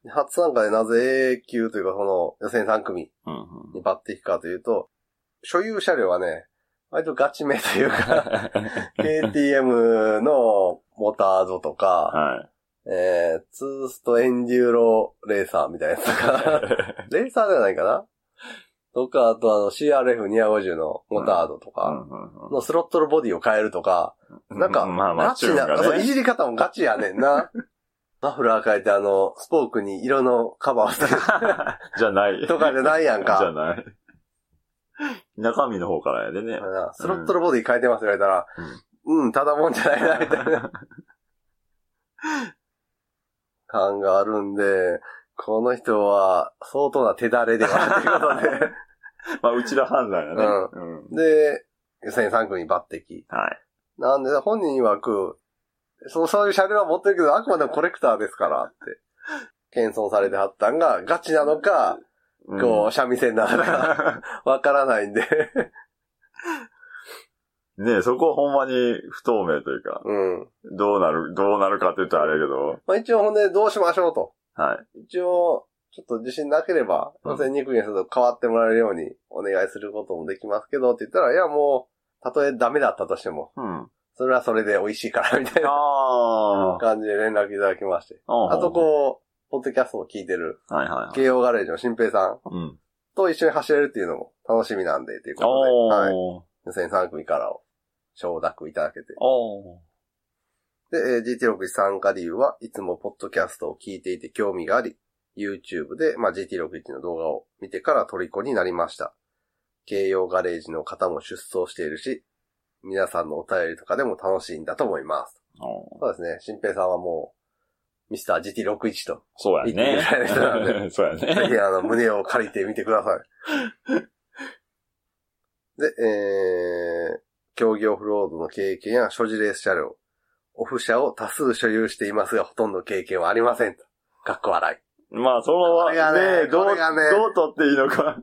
初参加でなぜ A 級というかその予選さん組に抜擢かというと、所有車両はね、割とガチめというか、ケーティーエム のモタードとか、 はい、 えー、ツーストエンデューロレーサーみたいなやつとか、レーサーではないかなとか、あとあの シーアールエフにひゃくごじゅう のモタードとか、のスロットルボディを変えるとか、なんか、ガチな、そう、いじり方もガチやねんな。マフラー変えてあの、スポークに色のカバーをする。 じゃない。 とかじゃないやんか。 じゃない。中身の方からやでね。 スロットルボディ変えてますって言われたら、うん、うん、ただもんじゃないな、みたいな。感があるんで、この人は相当な手だれではということで。 まあ、うちの判断やね。 うん。で、予選さん組に抜擢。 はい。なんで、本人曰く、そう、そういう車両は持ってるけど、あくまでもコレクターですからって、謙遜されてはったんが、ガチなのか、うん、こう、三味線なのか、わからないんで。 ねえ、そこはほんまに不透明というか、 うん。 どうなる、どうなるかって言ったらあれやけど。 まあ一応ほんで、どうしましょうと。 はい。 一応、ちょっと自信なければ、予選に組にすると変わってもらえるようにお願いすることもできますけどって言ったら、いやもう、たとえダメだったとしても、 うん。 それはそれで美味しいからみたいな感じで連絡いただきまして。 あ, あとこう、ポッドキャストを聞いてる、 はいはいはい、 慶応ガレージの新平さんと一緒に走れるっていうのも楽しみなんで、ということで、はい。予選さん組からを承諾いただけて。で、ジーティーろくじゅういち 参加理由はいつもポッドキャストを聞いていて興味があり、YouTube で、まあ、ジーティーろくじゅういち の動画を見てから虜になりました。慶応ガレージの方も出走しているし、皆さんのお便りとかでも楽しいんだと思います。そうですね。新平さんはもう、ミスター ジーティーろくじゅういち とそうやね。 言ってくれる人なんで。 そうやね。 ぜひあの、胸を借りてみてください。で、えー、競技オフロードの経験や所持レース車両、オフ車を多数所有していますが、ほとんど経験はありませんと。かっこ笑い。 まあ、その、ね、ねどう、ね、どう取っていいのか。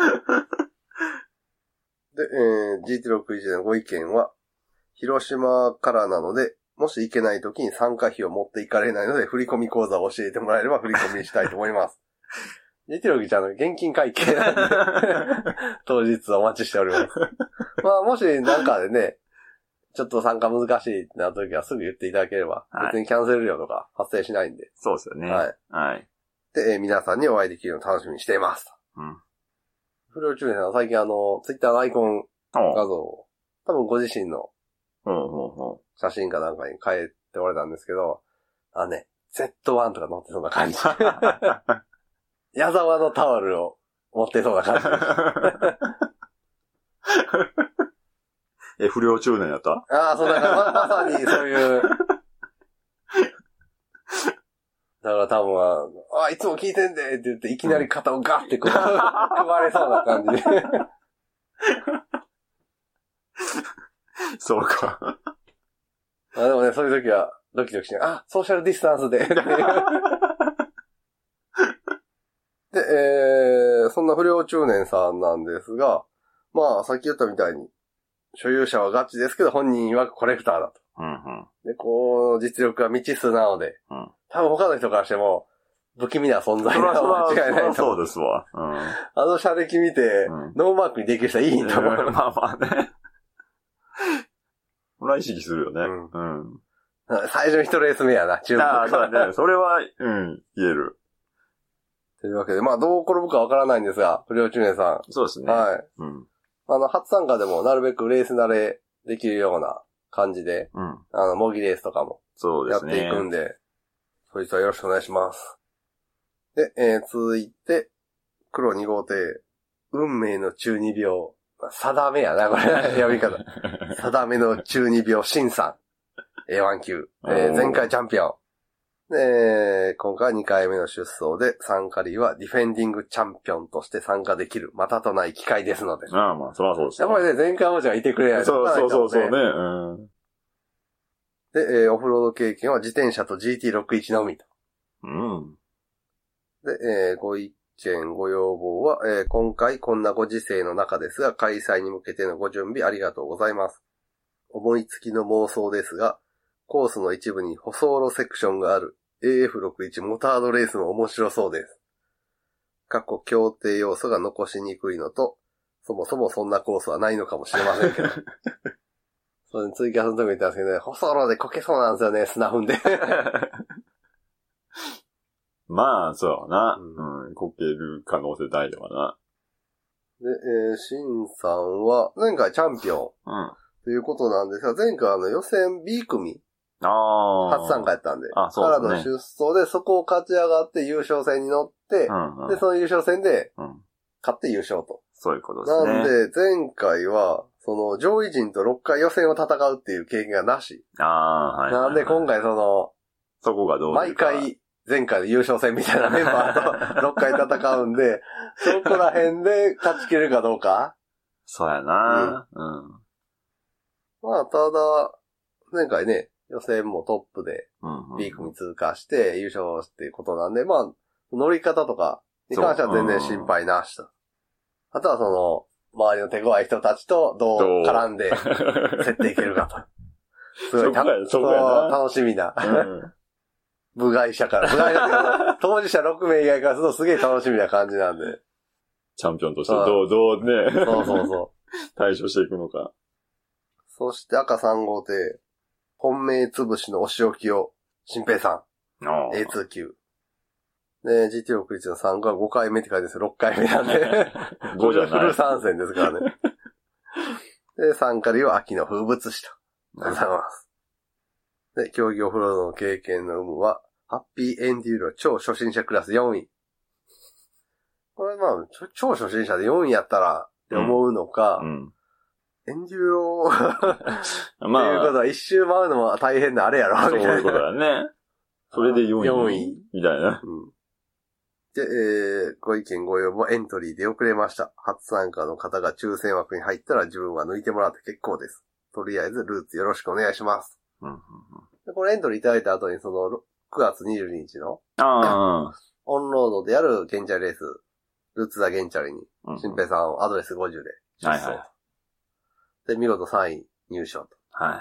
で、えー、ジーティーろくじゅういち のご意見は、広島からなので、もし行けない時に参加費を持っていかれないので、振込口座を教えてもらえれば振り込みしたいと思います。ジーティーろくじゅういち の現金会計なんで、当日お待ちしております。まあ、もしなんかでね、ちょっと参加難しいってなった時はすぐ言っていただければ、はい、別にキャンセル料とか発生しないんで。 そうですよね。 はい。 はい。 で、えー、皆さんにお会いできるのを楽しみにしています。うん。不良中年さんは最近あの、ツイッターのアイコン画像を、多分ご自身の写真かなんかに変えておられたんですけど、あのね、ゼットワン とか載ってそうな感じ。矢沢のタオルを持ってそうな感じです。 え、不良中年やった？ ああ、そうだからま、まさにそういう。だから多分は、ああ、いつも聞いてんでって言って、いきなり肩をガッてこう、組まれそうな感じで。 そうか。 あでもね、そういう時は、ドキドキしない。あ、ソーシャルディスタンスで。で、えー、そんな不良中年さんなんですが、まあ、さっき言ったみたいに、所有者はガチですけど、本人曰くコレクターだと。 うんうん、 で、こう、実力は未知数なので、うん、多分他の人からしても、不気味な存在なのは間違いないと。 そうですわ。うん、 あの車歴見て、うん、ノーマークにできる人はいいんだもん。 まあまあね。これは意識するよね。うん。うん、 最初の一レース目やな、注目。 ああ、そうだね。それは、うん、言える。 というわけで、まあ、どう転ぶかわからないんですが、不良中年さん。 そうですね。 はい。うん。あの、初参加でもなるべくレース慣れできるような感じで、うん。あの、模擬レースとかも。そうですね。やっていくんで、そいつはよろしくお願いします。で、えー、続いて、黒に号艇、運命の中二病。定めやな、これ。読み方。定めの中二病、シンさん。エーワン 級。えー、前回チャンピオン。で、今回はにかいめの出走で、参加理由はディフェンディングチャンピオンとして参加できる、またとない機会ですので。 ああ、まあ、そりゃそうですよ。やっぱりね、前回王者がいてくれないと、 ね。そうそうそうそうね。うん、 で、えー、オフロード経験は自転車と ジーティーろくじゅういち のみと。うん。で、えー、ご意見、ご要望は、えー、今回こんなご時世の中ですが、開催に向けてのご準備ありがとうございます。思いつきの妄想ですが、コースの一部に舗装路セクションがある エーエフろくじゅういち モタードレースも面白そうです。過去協定要素が残しにくいのと、そもそもそんなコースはないのかもしれませんけど。それにツイキャスの時も言ったんですけどね、舗装路でこけそうなんですよね、砂踏んで。 まあ、そうな。うん、うん、こける可能性大だわな。 で、えー、シンさんは、前回チャンピオン。うん。ということなんですが、前回あの予選 B 組。ああ。初参加やったんで。あ、そうですね。からの出走で、そこを勝ち上がって優勝戦に乗って、うんうん、で、その優勝戦で、勝って優勝と。 そういうことですね。 なんで、前回は、その、上位陣とろっかい予選を戦うっていう経験がなし。ああ、はい、はい。なんで、今回その、 そこがどう毎回、前回の優勝戦みたいなメンバーとろっかい戦うんで、そこら辺で勝ち切れるかどうか。 そうやな、うん、うん。 まあ、ただ、前回ね、予選もトップで B 組通過して優勝っていうことなんで、まあ、乗り方とかに関しては全然心配なしと。あとはその、周りの手強い人たちとどう絡んで競っていけるかと。すごいたそこ楽しみな。うん部外者から。部外者って当事者ろくめい以外からするとすげえ楽しみな感じなんで。 チャンピオンとしてどう、どうね。 そうそうそう。 対処していくのか。 そして赤さん号艇、本命潰しのお仕置きを、新平さん。エーツー 級。で、ジーティーろくじゅういち のさんがごかいめって書いてるんですよ。ろっかいめなんで。 ごじゃない。 フル参戦ですからね。で、参加理由は秋の風物詩と。ありがとうございます。で、競技オフロードの経験の有無は、ハッピーエンデューロ超初心者クラスよんい。これまあ、超初心者でよんいやったらって思うのか、うんうん、エンデューローっていうことは一周回るのも大変なあれやろみたいな。 そういうことだね。それでよんい。よんいみたいな。うん、 で、えー、ご意見ご要望エントリーで遅れました。初参加の方が抽選枠に入ったら自分は抜いてもらって結構です。とりあえずルーツよろしくお願いします。うんうんうん、でこれエントリーいただいた後にそのくがつにじゅうににちのあオンロードでやるゲンチャリレース、ルーツザゲンチャリに、新平さんをアドレスごじゅうで出走、はいはい。で、見事さんい入賞と。はい。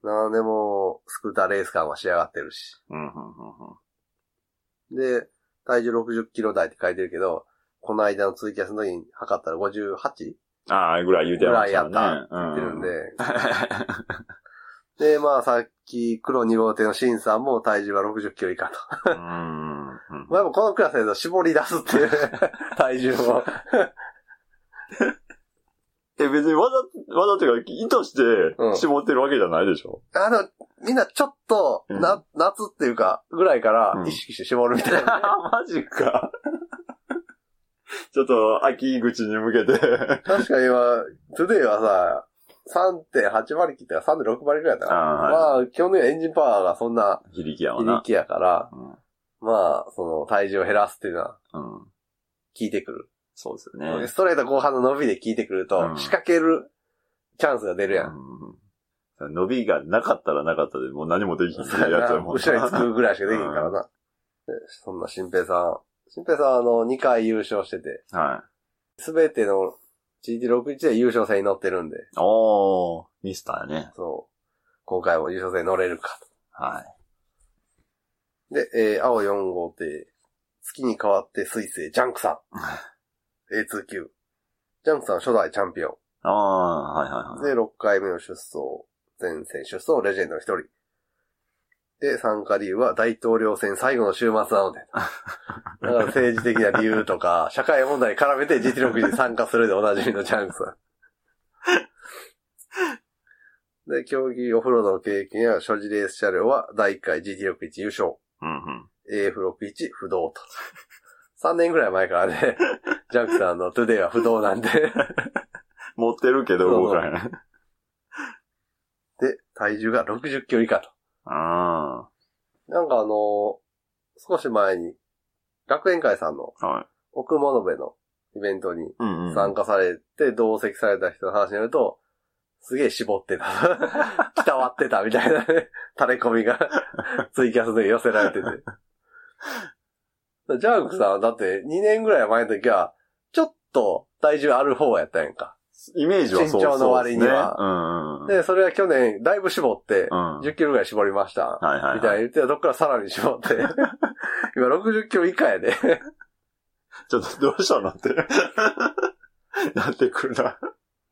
なんでも、スクーターレース感は仕上がってるし。うんうんうんうん、で、体重ろくじゅっキロ台って書いてるけど、この間のツイキャスの時に測ったら ごじゅうはち? ああ、ぐらい言うてましたね。 ぐらいやったって言ってるんで。うんで、まあさっき黒に号艇のシンさんも体重はろくじゅっキロ以下と。うん、うん。まあこのクラスで絞り出すっていう体重を。 え、別にわざ、わざというか意図して絞ってるわけじゃないでしょ、 うん、あの、みんなちょっと、うん、な、夏っていうか、ぐらいから意識して絞るみたいな、ね。 うん、マジか。ちょっと秋口に向けて。 確かに今、トゥデイはさ、さんてんはち 馬力ってか さんてんろく 馬力やったから。まあ、基本的にはエンジンパワーがそんな、 非力やわな。 非力やから、うん、まあ、その体重を減らすっていうのは、うん、効いてくる。 そうですよね。 ストレート後半の伸びで効いてくると、うん、仕掛けるチャンスが出るやん。 うん、伸びがなかったらなかったでもう何もできないやつやもん。 後ろにつくぐらいしかできんからな。うん、そんな新平さん。新平さんあの、にかい優勝してて、はい。すべての ジーティーろくじゅういち で優勝戦に乗ってるんで。 おー、ミスターね。 そう。今回も優勝戦に乗れるかと。はい。で、えー、青よん号艇、月に変わって水星、ジャンクさん。エーツー 級。ジャンクさん初代チャンピオン。 ああ、はいはいはい。 で、ろっかいめの出走、前線出走、レジェンドの一人。で、参加理由は大統領選最後の週末なので。だから政治的な理由とか、社会問題絡めて ジーティーろくじゅうに参加するでおなじみのジャンクさん。で、競技オフロードの経験や所持レース車両はだいいっかい ジーティーろくじゅういち 優勝。うんうん、エーエフろくじゅういち 不動と。さんねんぐらい前からね、ジャンクさんのトゥデイは不動なんで。 持ってるけど動かない。 で、体重がろくじゅっキロ以下と。ああ。なんかあのー、少し前に、学園会さんの、奥物部のイベントに参加されて同席された人の話によると、すげえ絞ってた。鍛わってたみたいなね、垂れ込みがツイキャスで寄せられてて。ジャンクさんだってにねんぐらい前の時は、ちょっと体重ある方やったやんか。 イメージはそう身長の割には。 そうですね。うんうん、 で、それは去年だいぶ絞って、じゅっキロぐらい絞りました。うん、はいはいはい、みたいな言ってたとこからさらに絞って、今ろくじゅっキロ以下やで。 ちょっとどうしたのってなってくるな。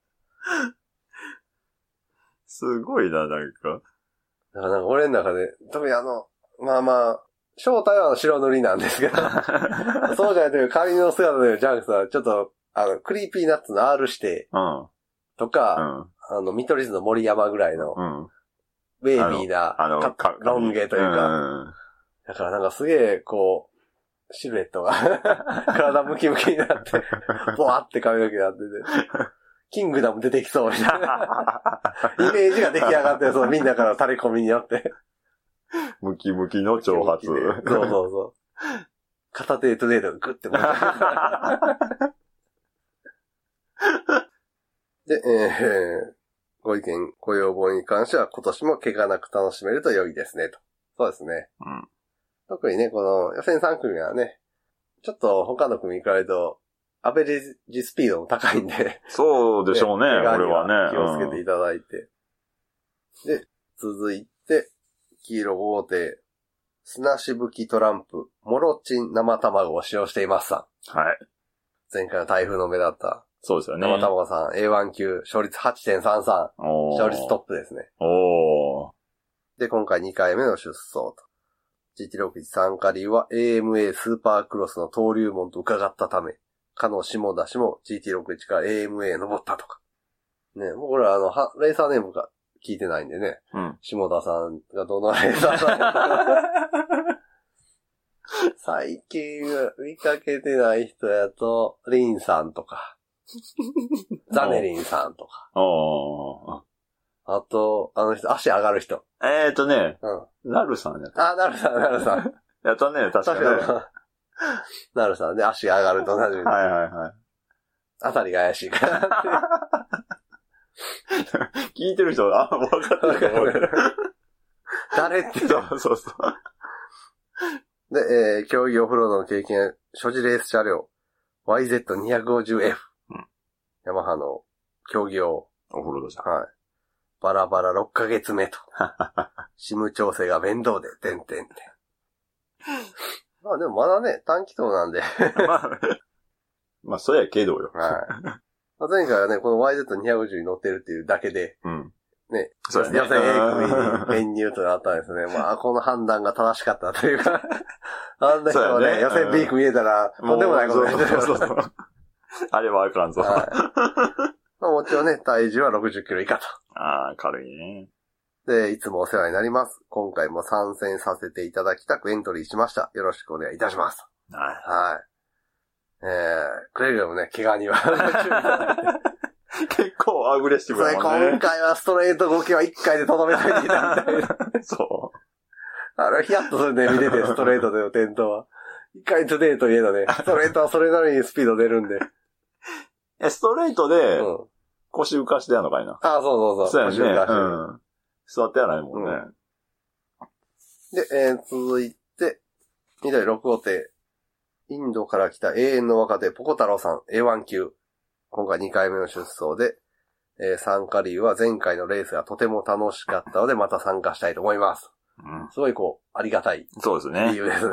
すごいな、なんか。 だからなんか俺の中で、特にあの、まあまあ、正体はあの白塗りなんですけど、そうじゃないという仮の姿でジャンクさん、ちょっと、あの、クリーピーナッツの R 指定とか、うん、あの、見取り図の森山ぐらいの、うん、ウェービーな、あの、あのロン毛というか、うん、だからなんかすげえ、こう、シルエットが、体ムキムキになって、ボワって髪の毛になってて、キングダム出てきそうみたいな、イメージが出来上がって、そのみんなから垂れ込みによって。 ムキムキの長髪。そうそうそう。片手トゥデイとかグッて持ってで、えー、ご意見、ご要望に関しては今年も怪我なく楽しめると良いですね、と。そうですね。うん、特にね、この予選さん組はね、ちょっと他の組に比べると、アベレージスピードも高いんで。 そうでしょうね、俺はね。 気をつけていただいて。うん、で、続いて、黄色ご号艇、砂しぶきトランプ、モロチン生卵を使用していますさん。はい。前回の台風の目だった。 そうですよね。 生卵さん エーワン 級、勝率 はちてんさんさん。勝率トップですね。 おー。 で、今回にかいめの出走と。ジーティーろくじゅういち 参加理由は エーエムエー スーパークロスの登竜門と伺ったため、かの下田氏も ジーティーろくじゅういち から エーエムエー 登ったとか。ね、もうこれはあの、はレーサーネームが聞いてないんでね。うん。下田さんがどのレーサーさんか。最近見かけてない人やと、リンさんとか。ザネリンさんとか。 おあと、あの人、足上がる人。 えーとね、うん。なるさんやった。 あ、なるさん、なるさん。 やったね、確かに、ね。 なるさんで、足上がると同じ。 はいはいはい。 あたりが怪しいからって。 聞いてる人、あ、分かってると思うけど。 誰って。 そうそうそう。 で、えー、競技オフロードの経験、所持レース車両、ワイゼットにひゃくごじゅうエフ。うん。ヤマハの競技用。 オフロード車。 はい。バラバラろっかげつめと。シム調整が面倒で、てんてんてん。まあでもまだね、短期投なんで。 まあ、まあそうやけどよ。 はい。まあ、前回はね、この ワイゼットにひゃくごじゅう に乗ってるっていうだけで、うん。ね、そうですね。予選 A 組に編入となったんですね。まあ、この判断が正しかったというか、あんな人はね、ね予選 B 組入れたら、とんでもないことになってる。そうそうそう。 あれはあかんぞ。はい。 まあ、もちろんね、体重はろくじゅっキロ以下と。 ああ、軽いね。 で、いつもお世話になります。今回も参戦させていただきたくエントリーしました。よろしくお願いいたします。はい。はい。えー、くれぐれもね、怪我には結構アグレッシブだもんね。 今回はストレート動きはいっかいでとどめといていたみたいな。 そう。 あれ、ヒヤッとするね、見てて、ストレートでの転倒は。いっかいトゥデーといえどね、ストレートはそれなりにスピード出るんで。 え、ストレートで、腰浮かしてやんのかいな。 ああ、そうそうそう。 そうやね。うん。座ってやないもんね。うん、 で、えー、続いて、にだいろく号艇。インドから来た永遠の若手、ポコ太郎さん、エーワン 級。今回にかいめの出走で、えー、参加理由は前回のレースがとても楽しかったので、また参加したいと思います。うん、すごいこう、ありがたい。 そうですね。 理由ですね。 うん、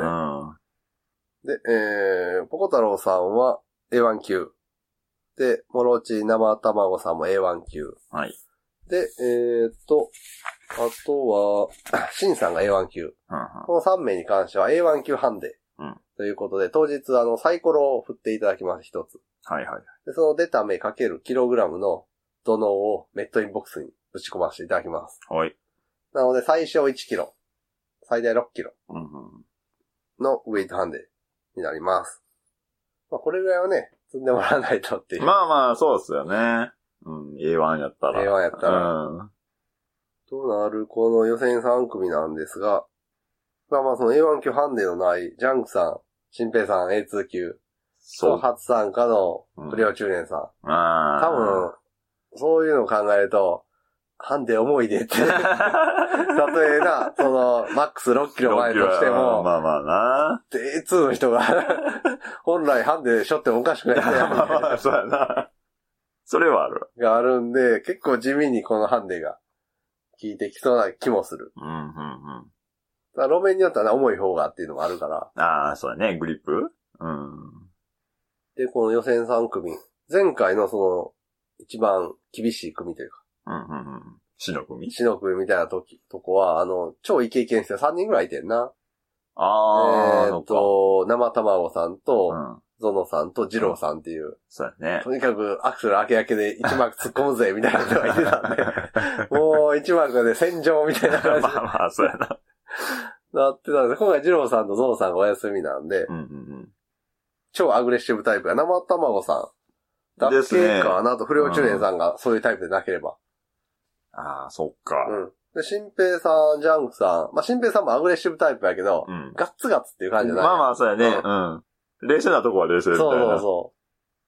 で、えー、ポコ太郎さんは エーワン 級。で、モロチ生卵さんも エーワン 級。 はい。 で、えーっと、あとは、シンさんが エーワン 級。うんうん、このさん名に関しては エーワン 級ハンデ。うん、ということで、当日あの、サイコロを振っていただきます、一つ。 はいはい。 で、その出た目かけるキログラムの土のうをメットインボックスに打ち込ませていただきます。 はい。 なので、最小いちキロ、最大ろっキロのウェイトハンデになります。まあ、これぐらいはね、積んでもらわないとっていう。 まあまあ、そうですよね。うん、エーワン やったら。 エーワン やったら。うん。となる、この予選さん組なんですが、まあまあその エーワン 級ハンデのない、ジャンクさん、新平さん エーツー 級、そう。初参加の不良中年さん。うん、あ多分、そういうのを考えると、ハンデ重いでって。たとえな、その、マックスろっキロ前としても、 まあまあな。 エーツー の人が、本来ハンデしょってもおかしくない。 まあまあ、そうやな。それはある。 があるんで、結構地味にこのハンデが効いてきそうな気もする。うん、うん、うん。路面によっては、ね、重い方がっていうのもあるから。 ああ、そうだね、グリップうん。 で、この予選さん組。前回のその、一番厳しい組というか。 うんうんうん。死の組死の組みたいな時、とこは、あの、超イケイケの人さんにんぐらいいてんな。 ああ。 えーっと、生卵さんと、うん、ゾノさんとジローさんっていう。うん、 そうやね。 とにかくアクセル開け開けでいちマーク突っ込むぜ、みたいな人がいてたんで。もういちマークで戦場みたいな感じで。 まあまあ、そうやな。 なってたんで、今回ジローさんとゾノさんがお休みなんで、うんうんうん、超アグレッシブタイプが生卵さん。だけかなと、不良中年さんがそういうタイプでなければ。 ああ、そっか。 うん。で、新平さん、ジャンクさん。まあ、新平さんもアグレッシブタイプやけど、うん、ガッツガツっていう感じじゃない。 まあまあ、そうやね。うん。うん、冷静なとこは冷静みたいな。 そうそうそう。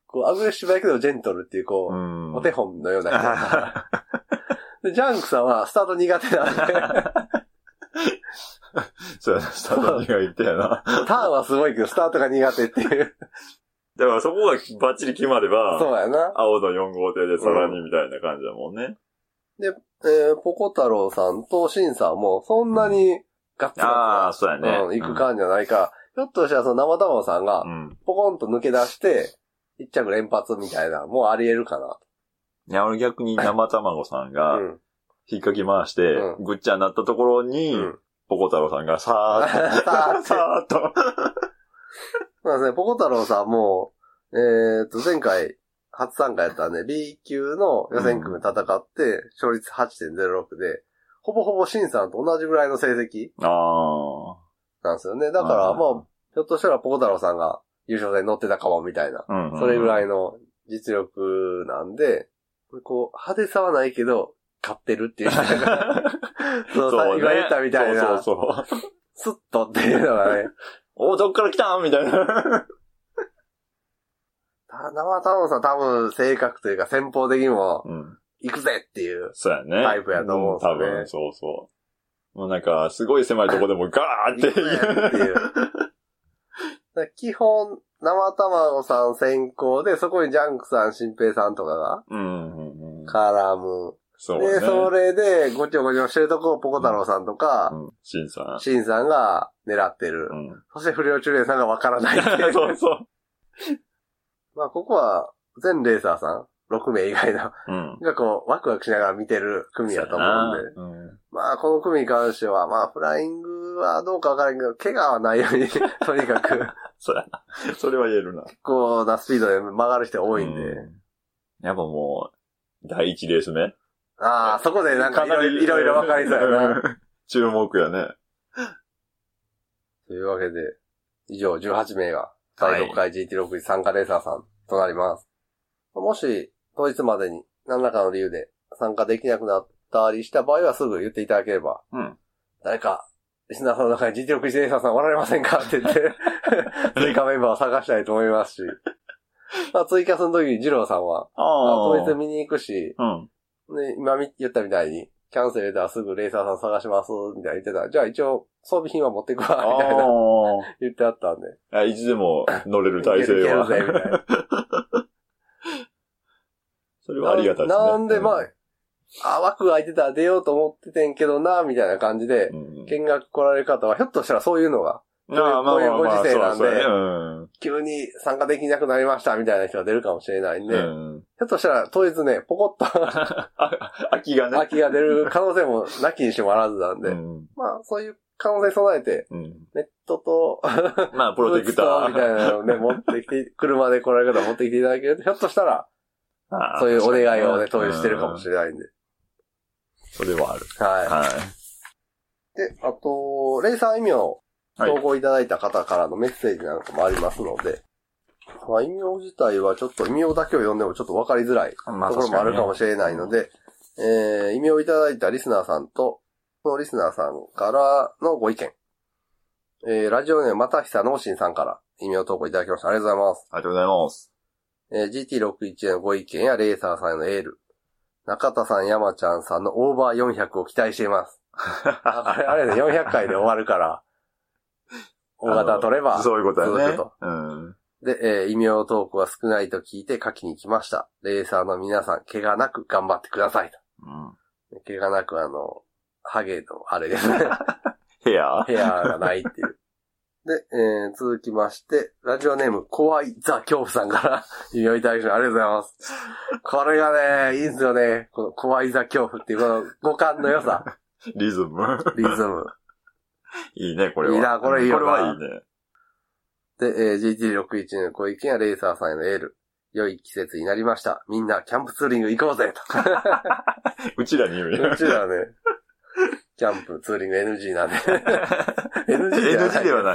こう、アグレッシブやけどジェントルっていう、こう、うん、お手本のような人。で、ジャンクさんはスタート苦手なんで。 そうやな、スタート苦手やな。 ターンはすごいけど、スタートが苦手っていう。 だからそこがバッチリ決まれば、 そうやな。 青のよん号艇でさらにみたいな感じだもんね。 うん、で、えー、ポコ太郎さんとシンさんもそんなにガッツガツ、うん、 ああ、そうやね。 うん、行く感じじゃないから、うん、ひょっとしたらその生卵さんが、ポコンと抜け出して、 一着連発みたいな、もうあり得るかな。 いや、俺逆に生卵さんが、引っかき回して、うん、ぐっちゃになったところに、うん、ポコ太郎さんがさーっと、さーっと。 そうですね、ポコ太郎さんも、えーっと、前回、初参加やったんで、B 級の予選組戦って、勝率 はちてんゼロろく で、ほぼほぼシンさんと同じぐらいの成績なんですよね。だから、まあ、ひょっとしたらポコ太郎さんが優勝戦に乗ってたかもみたいな、うんうんうん、それぐらいの実力なんで、こう、派手さはないけど、勝ってるっていう人が、そう、そうね、今言ったみたいな、そうそうそう。スッとっていうのがね、 おー、どっから来たんみたいな。 生卵さん多分性格というか戦法的にも、行くぜっていうタイプやと思うんですよね。 うん、多分、そうそう。もうなんか、すごい狭いとこでもガーって言うっていう。 基本、生卵さん先行で、そこにジャンクさん、新平さんとかが、絡む。そうね。で、それで、ごちょごちょしてるとこをポコ太郎さんとか、 うん、シンさん。 シンさんが狙ってる。うん、そして不良中年さんがわからないっていう。そうそう。まあ、ここは、全レーサーさん、ろくめい以外の、うん、がこう、ワクワクしながら見てる組やと思うんで。うん、まあ、この組に関しては、まあ、フライングはどうかわからんけど、怪我はないように、とにかく。 そうやな。それは言えるな。 結構なスピードで曲がる人多いんで。うん、 やっぱもう、だいいちレース目ああ、そこでなんかいろいろ分かりそうやな。 注目やね。 というわけで、以上じゅうはちめいが、だいろっかい ジーティーろくじゅう 参加レーサーさんとなります。もし、当日までに何らかの理由で参加できなくなったりした場合はすぐ言っていただければ、うん、誰か、リスナーさんの中に ジーティーろくじゅうレーサーさんおられませんかって言って、追加メンバーを探したいと思いますし、まあ、追加するときにジローさんは、当日見に行くし、うんで、今言ったみたいに、キャンセルではすぐレーサーさん探します、みたいな言ってた。じゃあ一応、装備品は持ってくわ、みたいな。言ってあったんで。 あ、いつでも乗れる体制は。いけるぜ、みたいな。それはありがたいですね。 なんで、まあ、あ、枠が空いてたら出ようと思っててんけどな、みたいな感じで、うん、見学来られる方は、ひょっとしたらそういうのが、こういうご時世なんで、急に参加できなくなりましたみたいな人が出るかもしれないんで、うん、ひょっとしたら当日ね、ポコッと空きがね。 空きが出る可能性もなきにしもあらずなんで、うん、まあそういう可能性備えて、うん、ネットと、 まあプロテクターみたいなのをね、持ってきて、車で来られる方持ってきていただけると、ひょっとしたら、そういうお願いをね、当日してるかもしれないんで。 それはある。 はい。はい。で、あと、レイサー異名、投稿いただいた方からのメッセージなんかもありますので、まあ、異名自体はちょっと異名だけを読んでもちょっと分かりづらいところもあるかもしれないので、まあね、えー、異名をいただいたリスナーさんと、そのリスナーさんからのご意見、えー、ラジオネームまたひさのうしんさんから異名投稿いただきました。ありがとうございます。 ありがとうございます。 えー、ジーティーろくじゅういち へのご意見やレーサーさんへのエール、中田さん、山ちゃんさんのオーバーよんひゃくを期待しています。あれ、あれね、よんひゃっかいで終わるから、大型取れば、 そういうことだね。 とうん、で、えー、異名トークは少ないと聞いて書きに来ました。レーサーの皆さん、怪我なく頑張ってくださいと。うん、怪我なく、あの、ハゲのあれですね。 ヘアヘアがないっていう。で、えー、続きまして、ラジオネーム、怖いザ恐怖さんから異名いただきました。ありがとうございます。これがね、いいんですよね。この怖いザ恐怖っていうこの五感の良さ。 リズム。 リズム。 いいね、これは。 いいな、これいいよな。 これはいいね。 で、えー、ジーティーろくじゅういち のご意見やレーサーさんへのエール。良い季節になりました。みんなキャンプツーリング行こうぜと。 うちらに言うよ。うちらね、キャンプツーリング エヌジー なんで。 エヌジー ではない。エヌジー ではない。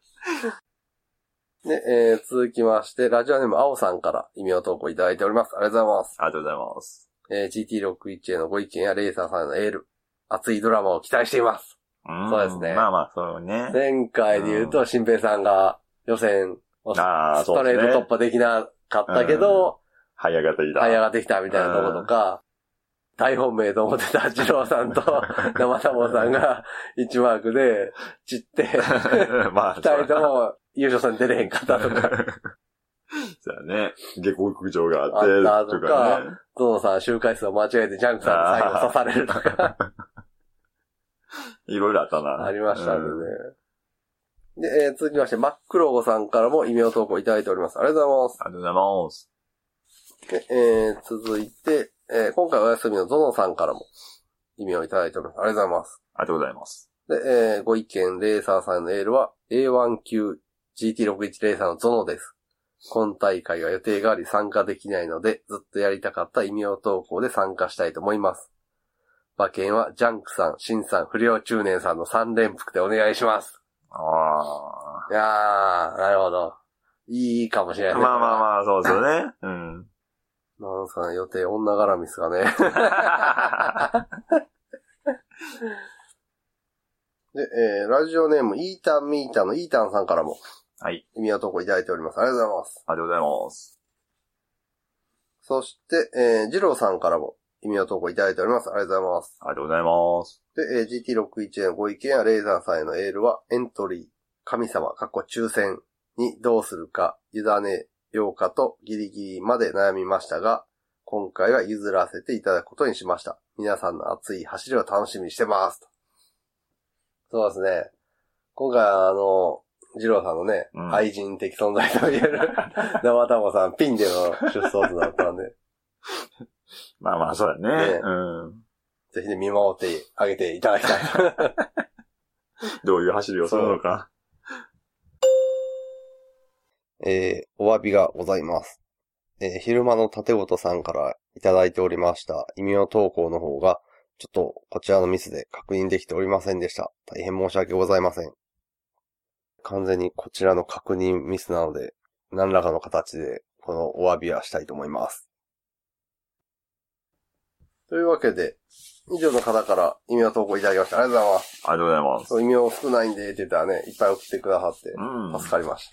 で、えー、続きまして、ラジオネーム青さんから異名投稿いただいております。ありがとうございます。 ありがとうございます。 えー、ジーティーろくじゅういち へのご意見やレーサーさんへのエール。熱いドラマを期待しています。 うんそうですね。 まあまあ、そうね。 前回で言うと、新平さんが予選をストレート突破できなかったけど、 這い上がってきた。 這い上がってきたみたいなところとか、大本命と思ってた二郎さんと生卵さんがいちマークで散って、まあ、二人とも優勝戦出れへんかったとか。 そうやね。下克上があって。 あったとか、ゾノさん周回数を間違えてジャンクさんに最後刺されるとか。 いろいろあったな。 ありましたんでね。 で、えー、続きまして、真っ黒子さんからも異名投稿いただいております。ありがとうございます。 ありがとうございます。 で、えー、続いて、えー、今回お休みのゾノさんからも異名をいただいております。ありがとうございます。 ありがとうございます。 で、えー、ご意見、レーサーさんのエールは エーワン 級 ジーティーろくじゅういち レーサーのゾノです。今大会は予定があり参加できないので、ずっとやりたかった異名投稿で参加したいと思います。馬券はジャンクさん、シンさん、不良中年さんのさん連複でお願いします。 ああ。 いやー、なるほど。いいかもしれないね。 まあまあまあ、そうですよね。うん。 なんすかね、予定女絡みっすかね。で、えー、ラジオネーム、イータンミータンのイータンさんからも、 はい。 意味のとこいただいております。ありがとうございます。 ありがとうございます。 そして、えー、ジローさんからも、意味の投稿いただいております。ありがとうございます。 ありがとうございます。 で、えー、ジーティーろくじゅういち へのご意見やレーザーさんへのエールは、エントリー、神様、過去抽選にどうするか、委ねようかとギリギリまで悩みましたが、今回は譲らせていただくことにしました。皆さんの熱い走りを楽しみにしてます。そうですね。今回はあの、ジローさんのね、うん、愛人的存在と言える生卵さんピンでの出走図だったんで。 まあまあ、そうだね。ね、うん。 ぜひね、見守ってあげていただきたい。 どういう走りをするのか。 えー、お詫びがございます。えー、昼間の立本さんからいただいておりました異名投稿の方が、ちょっとこちらのミスで確認できておりませんでした。大変申し訳ございません。完全にこちらの確認ミスなので、何らかの形でこのお詫びはしたいと思います。というわけで、以上の方から異名投稿いただきました。ありがとうございます。 ありがとうございます。 異名少ないんでって言ったらね、いっぱい送ってくださって、助かりました。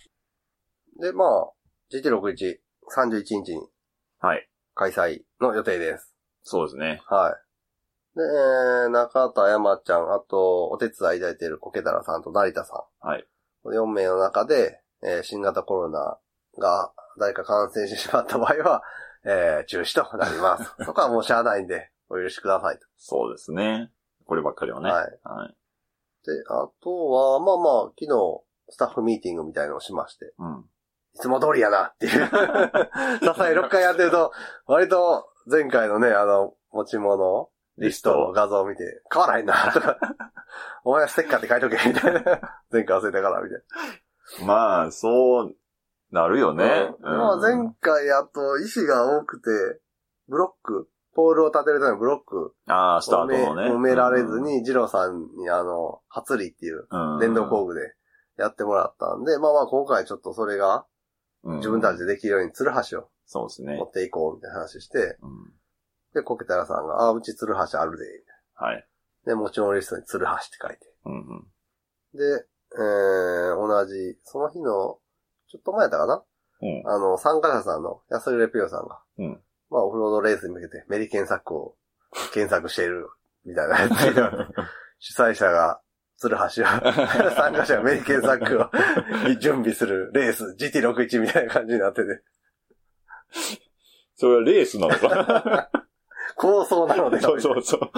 で、まあ、ジーティーろくじゅういち、さんじゅういちにちに、はい。開催の予定です。 そうですね。 はい。で、えー、中田山ちゃん、あと、お手伝いいただいているコケタラさんと成田さん。はい。 よん名の中で、えー、新型コロナが誰か感染してしまった場合は、えー、中止となります。そこはもうしゃあないんで、お許しくださいと。 そうですね。こればっかりはね。 はい。はい。で、あとは、まあまあ、昨日、スタッフミーティングみたいのをしまして。うん。いつも通りやなっていう。ささえろっかいやってると、割と前回のね、あの、持ち物、リストの画像を見て、変わらへんな、とか。お前はステッカーって書いとけ、みたいな。前回忘れたから、みたいな。まあ、そうなるよね。 うん、まあ前回あと石が多くて、ブロック、ポールを立てるためのブロック。 ああ、スタートのね。 埋められずに、ジローさんにあの、初利っていう、電動工具でやってもらったんで、まあまあ今回ちょっとそれが、自分たちでできるようにツルハシを、 そうですね。 持っていこうみたいな話して、うん、で、コケタラさんが、ああ、うちツルハシあるで、みたいな。はい。で、もちろんリストにツルハシって書いて。うんうん、で、えー、同じ、その日の、ちょっと前だったかな、うん、あの、参加者さんの安売レピオさんが、うん、まあ、オフロードレースに向けてメリケンサックを検索している、みたいなやつ主催者が、ツルハシを、参加者がメリケンサックを準備するレース、ジーティーろくじゅういち みたいな感じになってて。 それはレースなのか構想なので。 そうそうそう。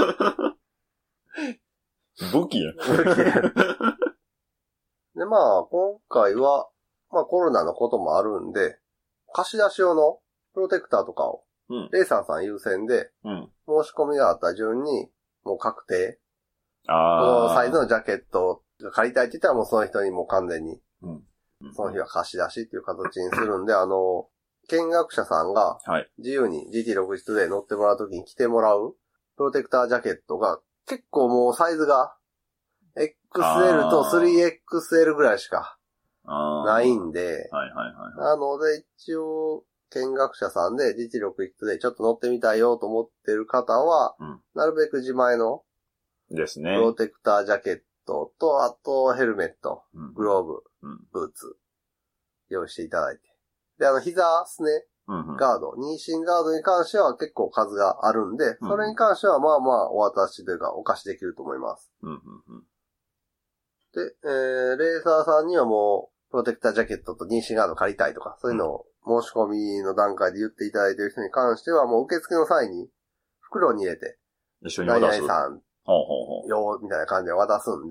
武器や。武器や。 で、まあ、今回は、まあコロナのこともあるんで、貸し出し用のプロテクターとかを、うん、レーサーさん優先で、うん、申し込みがあった順に、もう確定。ああ。サイズのジャケットを借りたいって言ったらもうその人にもう完全に、うん、その日は貸し出しっていう形にするんで、あの、見学者さんが、自由に ジーティーろくじゅういち で乗ってもらうときに着てもらう、プロテクタージャケットが、結構もうサイズが、エックスエル と スリーエックスエル ぐらいしか、ないんで、はいはいはい、なので一応、見学者さんで ジーティーろくじゅういち でちょっと乗ってみたいよと思ってる方は、うん、なるべく自前の、 ですね。 プロテクタージャケットと、あとヘルメット、うん、グローブ、うん、ブーツ、用意していただいて。で、あの、膝すね、ガード、妊娠ガードに関しては結構数があるんで、それに関してはまあまあお渡しというかお貸しできると思います。うんうんうん、で、えー、レーサーさんにはもう、プロテクタージャケットと妊娠ガード借りたいとか、そういうのを申し込みの段階で言っていただいている人に関しては、もう受付の際に袋に入れて、 一緒に渡す。 何々さん、よーみたいな感じで渡すんで、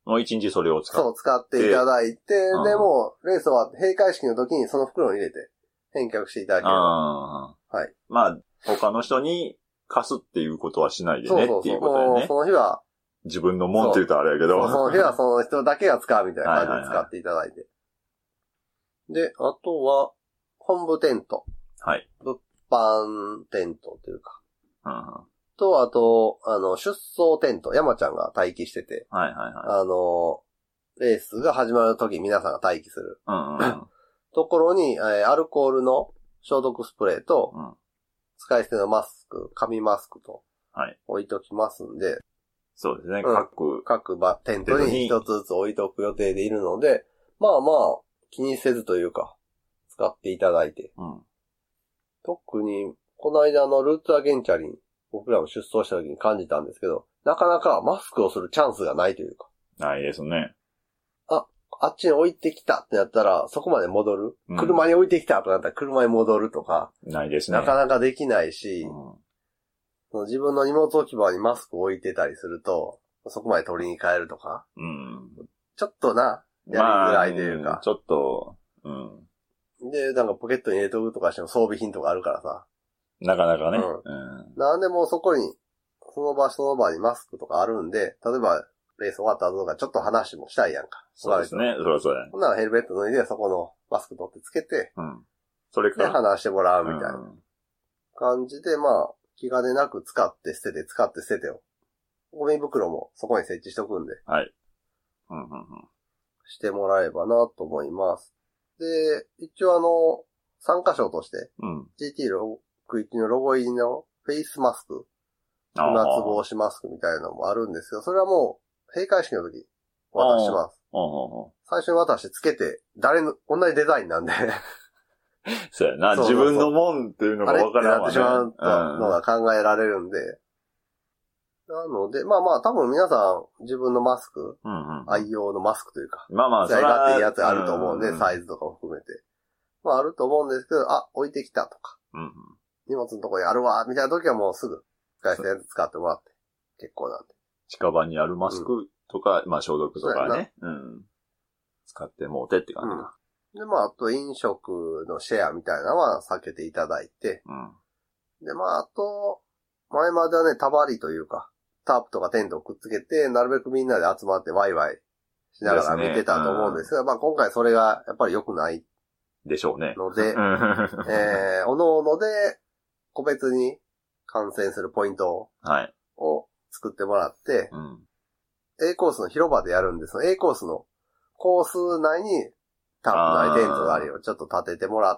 もう一日それを使って。 そう、使っていただいて、うん、でも、レースは閉会式の時にその袋に入れて、返却していただければ。はい。 まあ、他の人に貸すっていうことはしないでねっていうことだよね。 そうそうそう。もうその日は、 自分のもんって言うとあれやけど。 そ, その日はその人だけが使うみたいな感じで使っていただいて。はいはいはい、で、あとは、本部テント。 はい。 物販テントというか。 うん、 と、あと、あの、出走テント。山ちゃんが待機してて。 はいはいはい。 あの、レースが始まるとき皆さんが待機する。 うんうんうん、 ところに、えー、アルコールの消毒スプレーと、うん、使い捨てのマスク、紙マスクと、置いときますんで。はい、 そうですね。 うん、 各、 各場、テントに一つずつ置いとく予定でいるので、まあまあ、気にせずというか、使っていただいて。 うん、 特に、この間のルーツアゲンチャリン、僕らも出走した時に感じたんですけど、なかなかマスクをするチャンスがないというか。 ないですね。 あ、あっちに置いてきたってなったら、そこまで戻る、うん、車に置いてきたとなったら車に戻るとか。 ないですね。 なかなかできないし、うん、自分の荷物置き場にマスクを置いてたりすると、そこまで取りに帰るとか。 うん、 ちょっとな、やりづらいというか。 まあ、ちょっと、うん。 で、なんかポケットに入れとくとかしても装備品とかあるからさ。 なかなかね。うんうん、なんでもそこに、その場その場にマスクとかあるんで、例えば、レース終わった後とかちょっと話もしたいやんか。 そうですね。そりゃそうや。 ほんならヘルメット脱いでそこのマスク取ってつけて、 うん。それから。 で、話してもらうみたいな感じで、まあ、気兼ねなく使って捨てて、使って捨ててを。ゴミ袋もそこに設置しとくんで。 はい。うんうんうん。 してもらえばなと思います。で、一応あの、参加賞として、 うん、 ジーティーろくじゅういちのロゴ入りのフェイスマスク、飛沫防止マスクみたいなのもあるんですけど、それはもう、閉会式の時、渡します。最初に渡してつけて、誰の、同じデザインなんで。 そうやな、そうそうそう、自分のもんっていうのが分からんわね。 あれってなってしまうのが考えられるんで。うん、なので、まあまあ、多分皆さん、自分のマスク、 うんうん、 愛用のマスクというか、 まあまあ、 使い勝手いいやつあると思うんで、うんうん、サイズとかも含めて。まああると思うんですけど、あ、置いてきたとか、 うんうん、 荷物のとこにあるわ、みたいな時はもうすぐ、使い捨てやつ使ってもらって、結構なんで。 近場にあるマスクとか、うん、まあ消毒とかね、うん、使ってもうてって感じか、 うん。で、まああと飲食のシェアみたいなのは避けていただいて、 うん、 で、まああと、前まではね、タバリというか、タープとかテントをくっつけて、なるべくみんなで集まってワイワイしながら見てたと思うんですが、すね、うん、まあ今回それがやっぱり良くない。 でしょうね。 ので、えー、おのおので、個別に観戦するポイントを作ってもらって、 うん、 A コースの広場でやるんですが、A コースのコース内にタープなりテントなりをちょっと立ててもらって、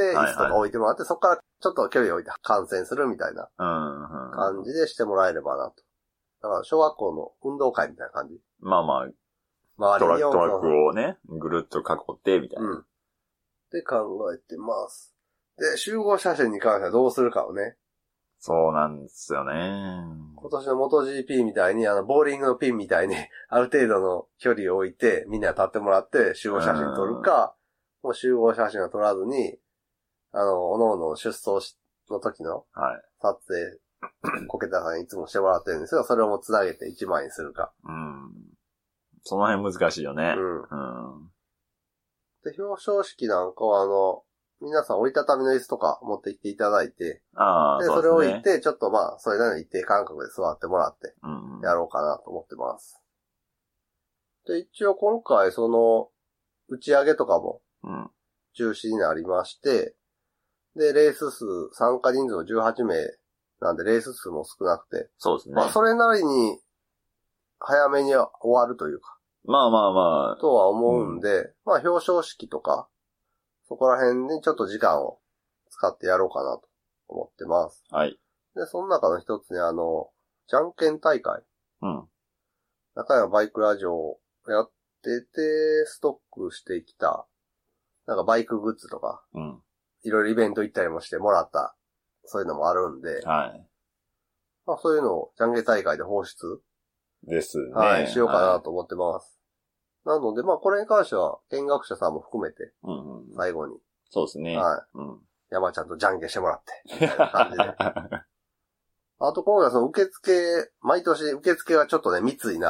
椅子とか置いてもらって、はいはい、そこからちょっと距離を置いて観戦するみたいな感じでしてもらえればなと。だから小学校の運動会みたいな感じ。 まあまあ、周りにトラックをね、ぐるっと囲ってみたいな。うんって考えてます。で、集合写真に関してはどうするかをね。 そうなんですよね。 今年の モトジーピー みたいに、あの、ボーリングのピンみたいに、ある程度の距離を置いて、みんな立ってもらって集合写真撮るか、もう集合写真は撮らずに、あの、おのおの出走の時の撮影、はい、コケタさんにいつもしてもらってるんですけど、それをもう繋げていちまいにするか。 うん。その辺難しいよね。 うん。 うんで、表彰式なんかはあの、皆さん折りたたみの椅子とか持ってきていただいて、 あで、それを置いて、ちょっとまあ、それなりの一定間隔で座ってもらって、やろうかなと思ってます。うん、で、一応今回その、打ち上げとかも、中止になりまして、うん、で、レース数、参加人数のじゅうはちめいなんで、レース数も少なくて、 そうですね。 まあ、それなりに、早めに終わるというか、 まあまあまあ。 とは思うんで、うん、まあ表彰式とか、そこら辺にちょっと時間を使ってやろうかなと思ってます。 はい。 で、その中の一つにあの、じゃんけん大会。 うん。 中山バイクラジオをやってて、ストックしてきた、なんかバイクグッズとか、 うん。 いろいろイベント行ったりもしてもらった、そういうのもあるんで、 はい。 まあそういうのをじゃんけん大会で放出ですね。 はい、しようかなと思ってます。なので、まあ、これに関しては、見学者さんも含めて、 うんうん、 最後に。 そうですね。 はい。 うん、 山ちゃんとじゃんけんしてもらって、みたいな感じで。あと、今回その受付、毎年受付がちょっとね、密になる。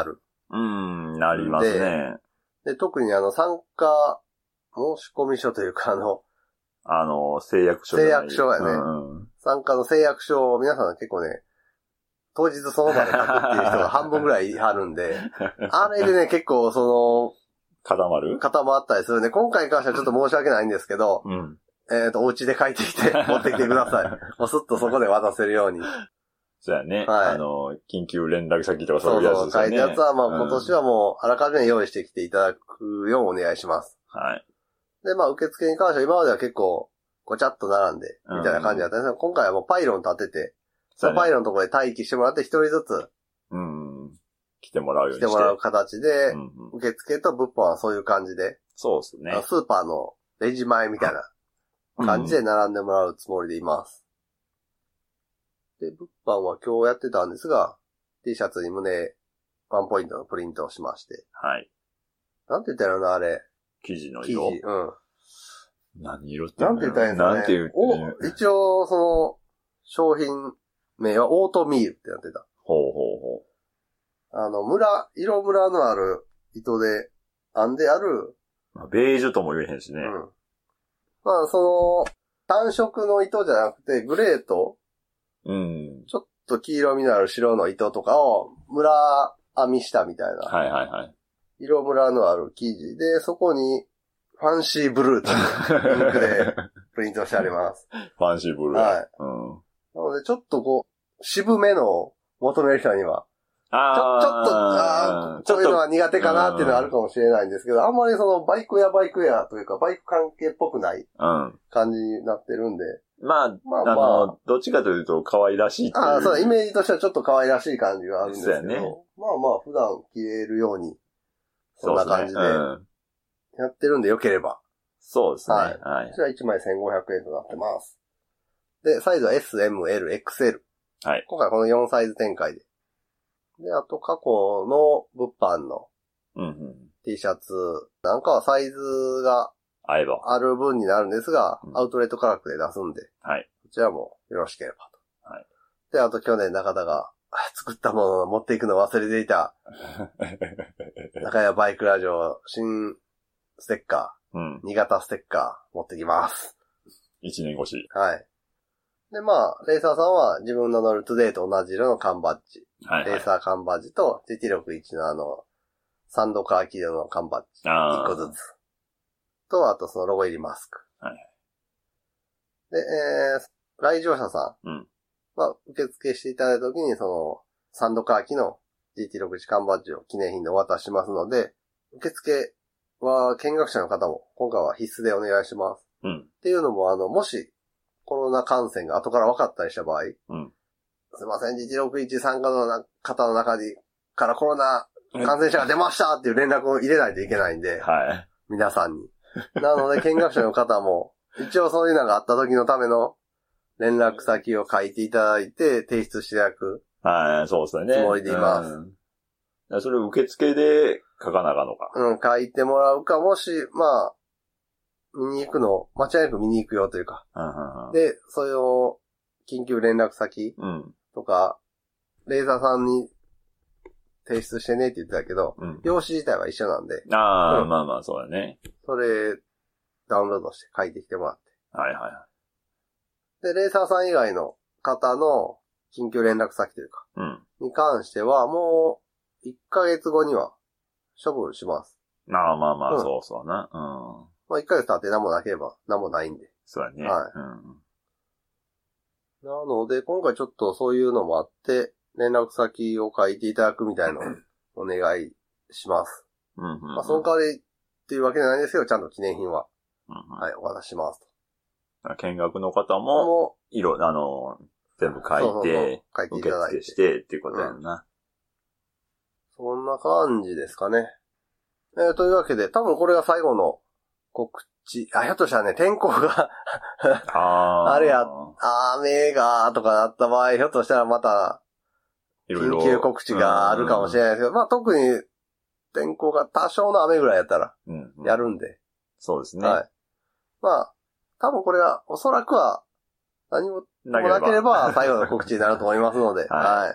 うん、なりますね。 で、特にあの、参加申し込み書というかあの、 あの、誓約書。 誓約書やね、うん。参加の誓約書を皆さん結構ね、当日その場で書くっていう人が半分ぐらいあるんで、あれでね、結構その、 固まる固まったりするんで、今回に関してはちょっと申し訳ないんですけど、 うん、 えっと、お家で書いてきて持ってきてください。もうすっとそこで渡せるように。 そうやね。 はい。 あの、緊急連絡先とかそういうやつですよね。 そうそう、書いたやつはまあ今年はもうあらかじめ用意してきていただくようお願いします。 はい。 で、まあ受付に関しては今までは結構ごちゃっと並んで、みたいな感じだったんですけど、うん、今回はもうパイロン立てて、そのパイロンのところで待機してもらって一人ずつ、 うん。来てもらうようにして。 来てもらう形で、うんうん、受付と物販はそういう感じで。 そうですね。 スーパーのレジ前みたいな感じで並んでもらうつもりでいます。うん、で、物販は今日やってたんですが、T シャツに胸ワンポイントのプリントをしまして。 はい。 なんて言ったらいいのあれ。 生地の色。 生地、うん。 何色って言うのなんて言ったらいいんですかね。 なんて言うお、一応、その、商品名はオートミールってなってた。 ほうほうほう。 あの、ムラ、色ムラのある糸で編んである。 まあ、ベージュとも言えへんしね。 うん。まあ、その、単色の糸じゃなくて、グレーと、 うん。 ちょっと黄色みのある白の糸とかを、ムラ編みしたみたいな。 はいはいはい。 色ムラのある生地で、そこに、ファンシーブルーというインクでプリントしてあります。 ファンシーブルー。 はい。 うん。 なので、ちょっとこう、渋めのを求める人には、 あちょ、ちょっと、あそういうのは苦手かなっていうのはあるかもしれないんですけど、あんまりそのバイクやバイクやというか、バイク関係っぽくない感じになってるんで。 うん、まあ、まあまあ、あの、どっちかというと可愛らしいっていう。 ああ、そう、イメージとしてはちょっと可愛らしい感じがあるんですけど、 ね、 まあまあ、普段着れるように、そんな感じで、やってるんでよければ。 そうですね。 はい。はい、こちらいちまいせんごひゃくえんとなってます。で、サイズは エス、エム、エル、エックスエル。 はい。 今回このよんサイズ展開で。で、あと過去の物販の T シャツなんかはサイズがある分になるんですが、アウトレット価格で出すんで、 はい。 こちらもよろしければと。 はい。 で、あと去年中田が作ったものを持っていくのを忘れていた、中谷バイクラジオ新ステッカー、うん、新潟ステッカー持ってきます。 一年越し。 はい。で、まあ、レーサーさんは自分の乗るトゥデイと同じ色の缶バッジ。はい、はい。レーサー缶バッジと ジェーティーろくじゅういち のあの、サンドカーキ色の缶バッジ。いっこずつ。と、あとそのロゴ入りマスク。はい。で、えー、来場者さん。うん。まあ、受付していただいたときに、その、サンドカーキの ジーティーろくじゅういち 缶バッジを記念品でお渡ししますので、受付は見学者の方も今回は必須でお願いします。うん。っていうのも、あの、もし、コロナ感染が後から分かったりした場合、うん、すいません、ジーティーろくじゅういち参加の方の中にからコロナ感染者が出ましたっていう連絡を入れないといけないんで、はい、皆さんに。なので、見学者の方も、一応そういうのがあった時のための連絡先を書いていただいて、提出していただく。 はい、そうですね。 つもりでいます。 うん、それ受付で書かなあかんのか。 うん、書いてもらうか、もし、まあ、見に行くの、間違いなく見に行くよというか。うんうんうん、で、そういう緊急連絡先とか、うん、レーザーさんに提出してねって言ってたけど、うん、用紙自体は一緒なんで。 ああ、うん、まあまあそうだね。 それ、ダウンロードして書いてきてもらって。 はいはい。 で、レーサーさん以外の方の緊急連絡先というか、うん、に関しては、もう、いっかげつごには処分します。 ああ、まあまあ、うん、そうそうな。うんまあ、いっかげつ経って何もなければ何もないんで。 そうだね。 はい。うん、なので、今回ちょっとそういうのもあって、連絡先を書いていただくみたいなのをお願いします。うんうんうん、まあ、その代わりっていうわけじゃないんですけど、ちゃんと記念品は、うんうん、はい、お渡ししますと。見学の方も、色、あの、全部書いて、そうそうそう書いていただいて。受付してっていうことやんな、 うん。そんな感じですかね。えー、というわけで、多分これが最後の告知。あ、ひょっとしたらね、天候があ, あれや、雨がとかなった場合、ひょっとしたらまた、緊急告知があるかもしれないですけど、まあ特に天候が多少の雨ぐらいやったら、やるんで、うんうん。 そうですね。 はい。まあ、多分これは、おそらくは、何もなければ最後の告知になると思いますので、はい。はい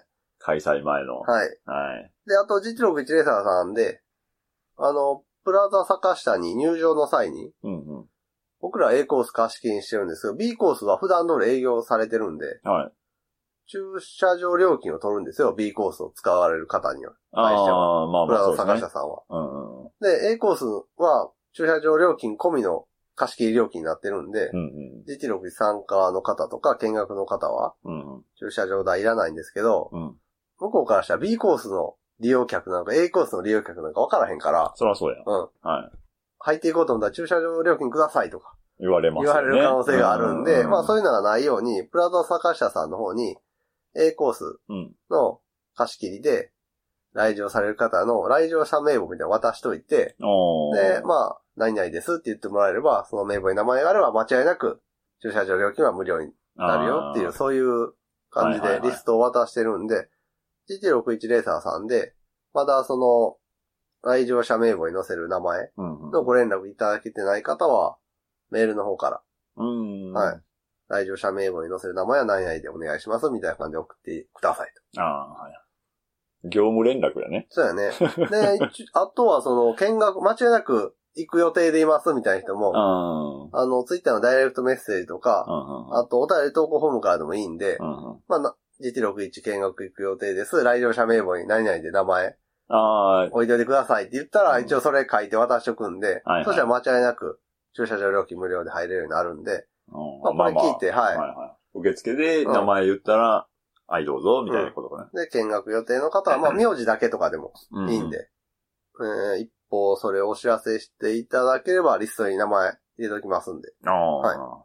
開催前の。 はい。 はい。 で、あと ジーティーろくじゅういち レーサーさんで、あの、プラザ坂下に入場の際に、うんうん、僕ら A コース貸し切りにしてるんですけど、B コースは普段通り営業されてるんで、はい。駐車場料金を取るんですよ、B コースを使われる方には。対しては。あまあまあ、プラザ坂下さんは。うんうん、で、A コースは駐車場料金込みの貸し切り料金になってるんで、うんうん、ジーティーろくじゅういち 参加の方とか見学の方は、うんうん、駐車場代いらないんですけど、うん、向こうからしたら B コースの利用客なんか A コースの利用客なんか分からへんから、 そりゃそうや。 うん。はい。入っていこうと思ったら駐車場料金くださいとか。 言われますよね。言われる可能性があるんで、うんうん、まあそういうのがないように、プラザ坂下さんの方に A コースの貸し切りで来場される方の来場者名簿みたいなの渡しといて、で、まあ、何々ですって言ってもらえれば、その名簿に名前があれば間違いなく駐車場料金は無料になるよっていう、そういう感じでリストを渡してるんで、ジーティーろくじゅういち レーサーさんで、まだその、来場者名簿に載せる名前のご連絡いただけてない方は、メールの方から、うん、はい。来場者名簿に載せる名前は何々でお願いしますみたいな感じで送ってくださいと。ああ、 はい。業務連絡やね。 そうやね。で、あとはその、見学、間違いなく行く予定でいますみたいな人も、あの、ツイッターのダイレクトメッセージとか、あとお便り投稿フォームからでもいいんで、まあ、ジーティーろくじゅういち 見学行く予定です。来場者名簿に何々で名前、置いといてくださいって言ったら、一応それ書いて渡しとくんで、そしたら間違いなく駐車場料金無料で入れるようになるんで、まあこれ聞いて、はい。 受付で名前言ったら、はい、どうぞ、みたいなことかね。 で、見学予定の方は、まあ、名字だけとかでもいいんで、え一方、それをお知らせしていただければ、リストに名前入れときますんで。ああ、 はい。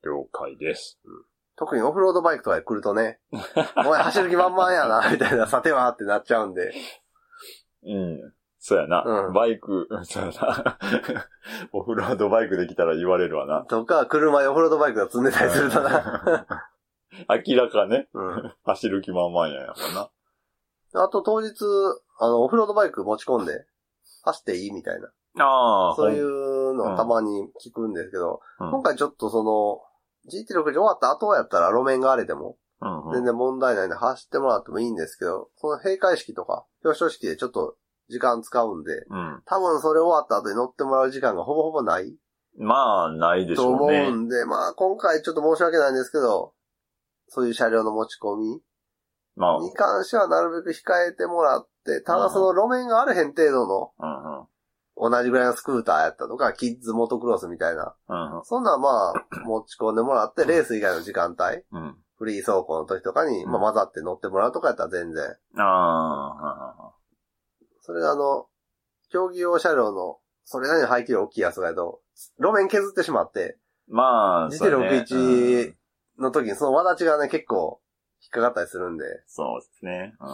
了解です。 特にオフロードバイクとかで来るとね、お前走る気満々やな、みたいな、さてはってなっちゃうんで。 うん。そうやな。うん、バイク、そうやな。オフロードバイクで来たら言われるわな。 とか、車にオフロードバイクが積んでたりするとな。 明らかね。うん、走る気満々ややもんな。 あと当日、あの、オフロードバイク持ち込んで、走っていいみたいな。 ああ。 そういうのをたまに聞くんですけど、うん、今回ちょっとその、ジーティーろくじゅういち 終わった後やったら路面が荒れても、全然問題ないんで走ってもらってもいいんですけど、その閉会式とか表彰式でちょっと時間使うんで、うん、多分それ終わった後に乗ってもらう時間がほぼほぼない。 まあ、ないでしょうね。 と思うんで、まあ今回ちょっと申し訳ないんですけど、そういう車両の持ち込みに関してはなるべく控えてもらって、ただその路面が荒れへん程度の、うんうん、同じぐらいのスクーターやったとか、キッズモトクロスみたいな、うんうん、そんなまあ持ち込んでもらって、レース以外の時間帯、うん、フリー走行の時とかに、まあ、混ざって乗ってもらうとかやったら全然。あそれがあの、競技用車両の、それなりに排気量大きいやつだけど、路面削ってしまって、まあ、ジーティーろくじゅういち の時にその輪立ちがね、結構引っかかったりするんで。 そうですね。うんうん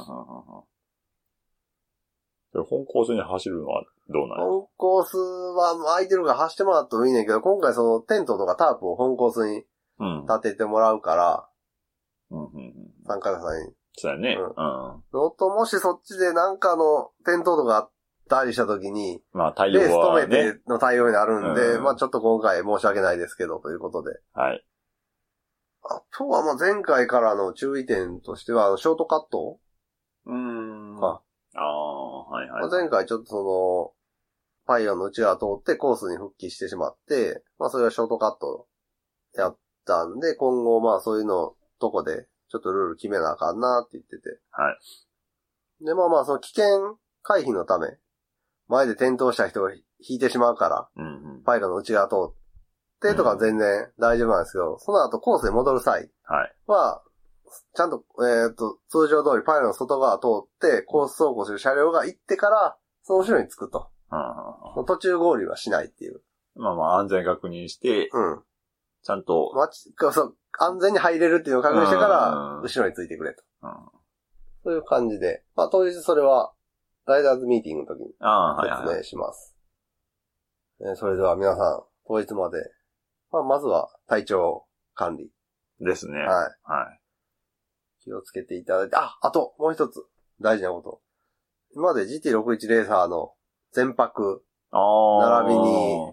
うん、本コースに走るのはどうなの？ 本コースは空いてるから走ってもらってもいいねんけど、今回そのテントとかタープを本コースに立ててもらうから、うんうんうん、参加者さんに。 そうやね。うん。 のと、もしそっちでなんかの転倒とかあったりした時に、 まあ対応は、ね、 レース止めての対応になるんで、うん、まあちょっと今回申し訳ないですけど、ということで。はい。あとはまあ前回からの注意点としては、ショートカットうーん。ああ、はいはい、はい。前回ちょっとその、パイオンの内側通ってコースに復帰してしまって、まあそれはショートカットやったんで、今後まあそういうのとこでちょっとルール決めなあかんなって言ってて。はい。でまあまあその危険回避のため、前で転倒した人が引いてしまうから、うんうん、パイロンの内側通ってとか全然大丈夫なんですけど、うん、その後コースに戻る際は、はい、ちゃんと、えっと、通常通りパイロンの外側通ってコース走行する車両が行ってから、その後ろに着くと。うん、途中合流はしないっていう。 まあまあ安全確認して、うん。ちゃんと。 まあ、そう、安全に入れるっていうのを確認してから、後ろについてくれと。うん。そういう感じで。まあ当日それは、ライダーズミーティングの時に説明します。はいはい、えー、それでは皆さん、当日まで、まあまずは体調管理。 ですね。はい。 はい。気をつけていただいて、あ、あと、もう一つ、大事なこと。今まで ジーティーろくじゅういち レーサーの全泊、並びに、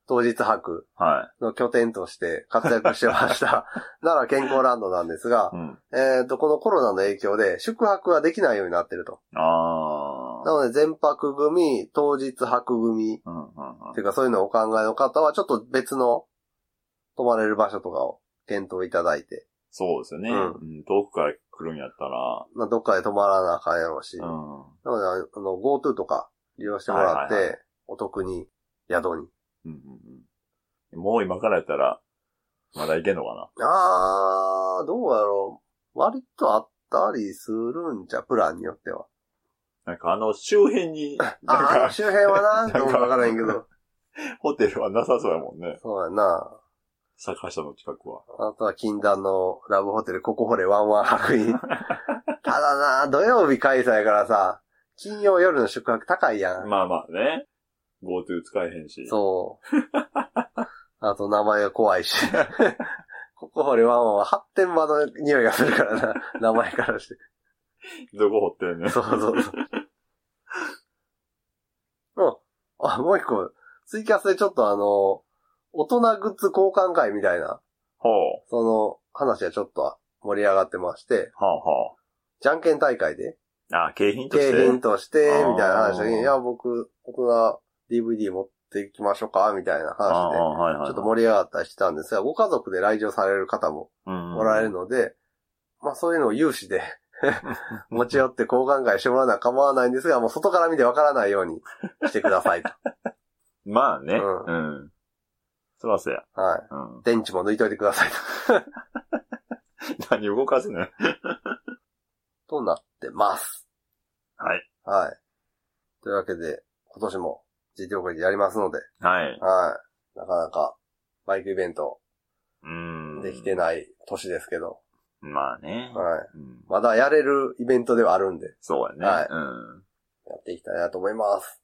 当日泊の拠点として活躍してました。はい、奈良健康ランドなんですが、うん、えっと、このコロナの影響で宿泊はできないようになってると。あなので、全泊組、当日泊組、うんうんうん、っていうかそういうのをお考えの方は、ちょっと別の泊まれる場所とかを検討いただいて。 そうですよね。うんうん、遠くから来るんやったら。 まあ、どっかで泊まらなあかんやろうし。うん、なので、あの、GoTo とか利用してもらって、はいはいはい、お得に宿に。うんうんうん、もう今からやったら、まだ行けんのかな？ あー、どうやろう。割とあったりするんじゃ、プランによっては。 なんかあの周辺に、なんかあ周辺はな、どうかわからへんけど。 ホテルはなさそうやもんね。 そうやな。 坂下の近くは。 あとは禁断のラブホテル、ここ掘れワンワン白衣。ただな、土曜日開催やからさ、金曜夜の宿泊高いやん。 まあまあね。GoTo 使えへんし。 そう。あと名前が怖いし。ここ掘れワンワンは発展場の匂いがするからな、名前からして。 どこ掘ってんねん。 そうそうそう。うん。あ、もう一個、ツイキャスでちょっとあの、大人グッズ交換会みたいな。ほう。その話はちょっと盛り上がってまして。はあはあ。じゃんけん大会で。 ああ、景品として。 景品として、みたいな話で、いや、僕、大人 ディーブイディー 持っていきましょうか、みたいな話で。はいはい、ちょっと盛り上がったりしたんですが、ご家族で来場される方もおられるので、まあそういうのを有志で持ち寄って交換会してもらうのは構わないんですが、もう外から見てわからないようにしてくださいと。 まあね。うん。うん、そらそうや。 はい、うん。電池も抜いといてくださいと。 何動かすね。 となってます。 はい。 はい。というわけで、今年も ジーティー オー でやりますので。 はい。 はい。なかなかバイクイベント、うん。できてない年ですけど。 まあね。 はい、うん。まだやれるイベントではあるんで。 そうやね。 はい。うん。やっていきたいなと思います。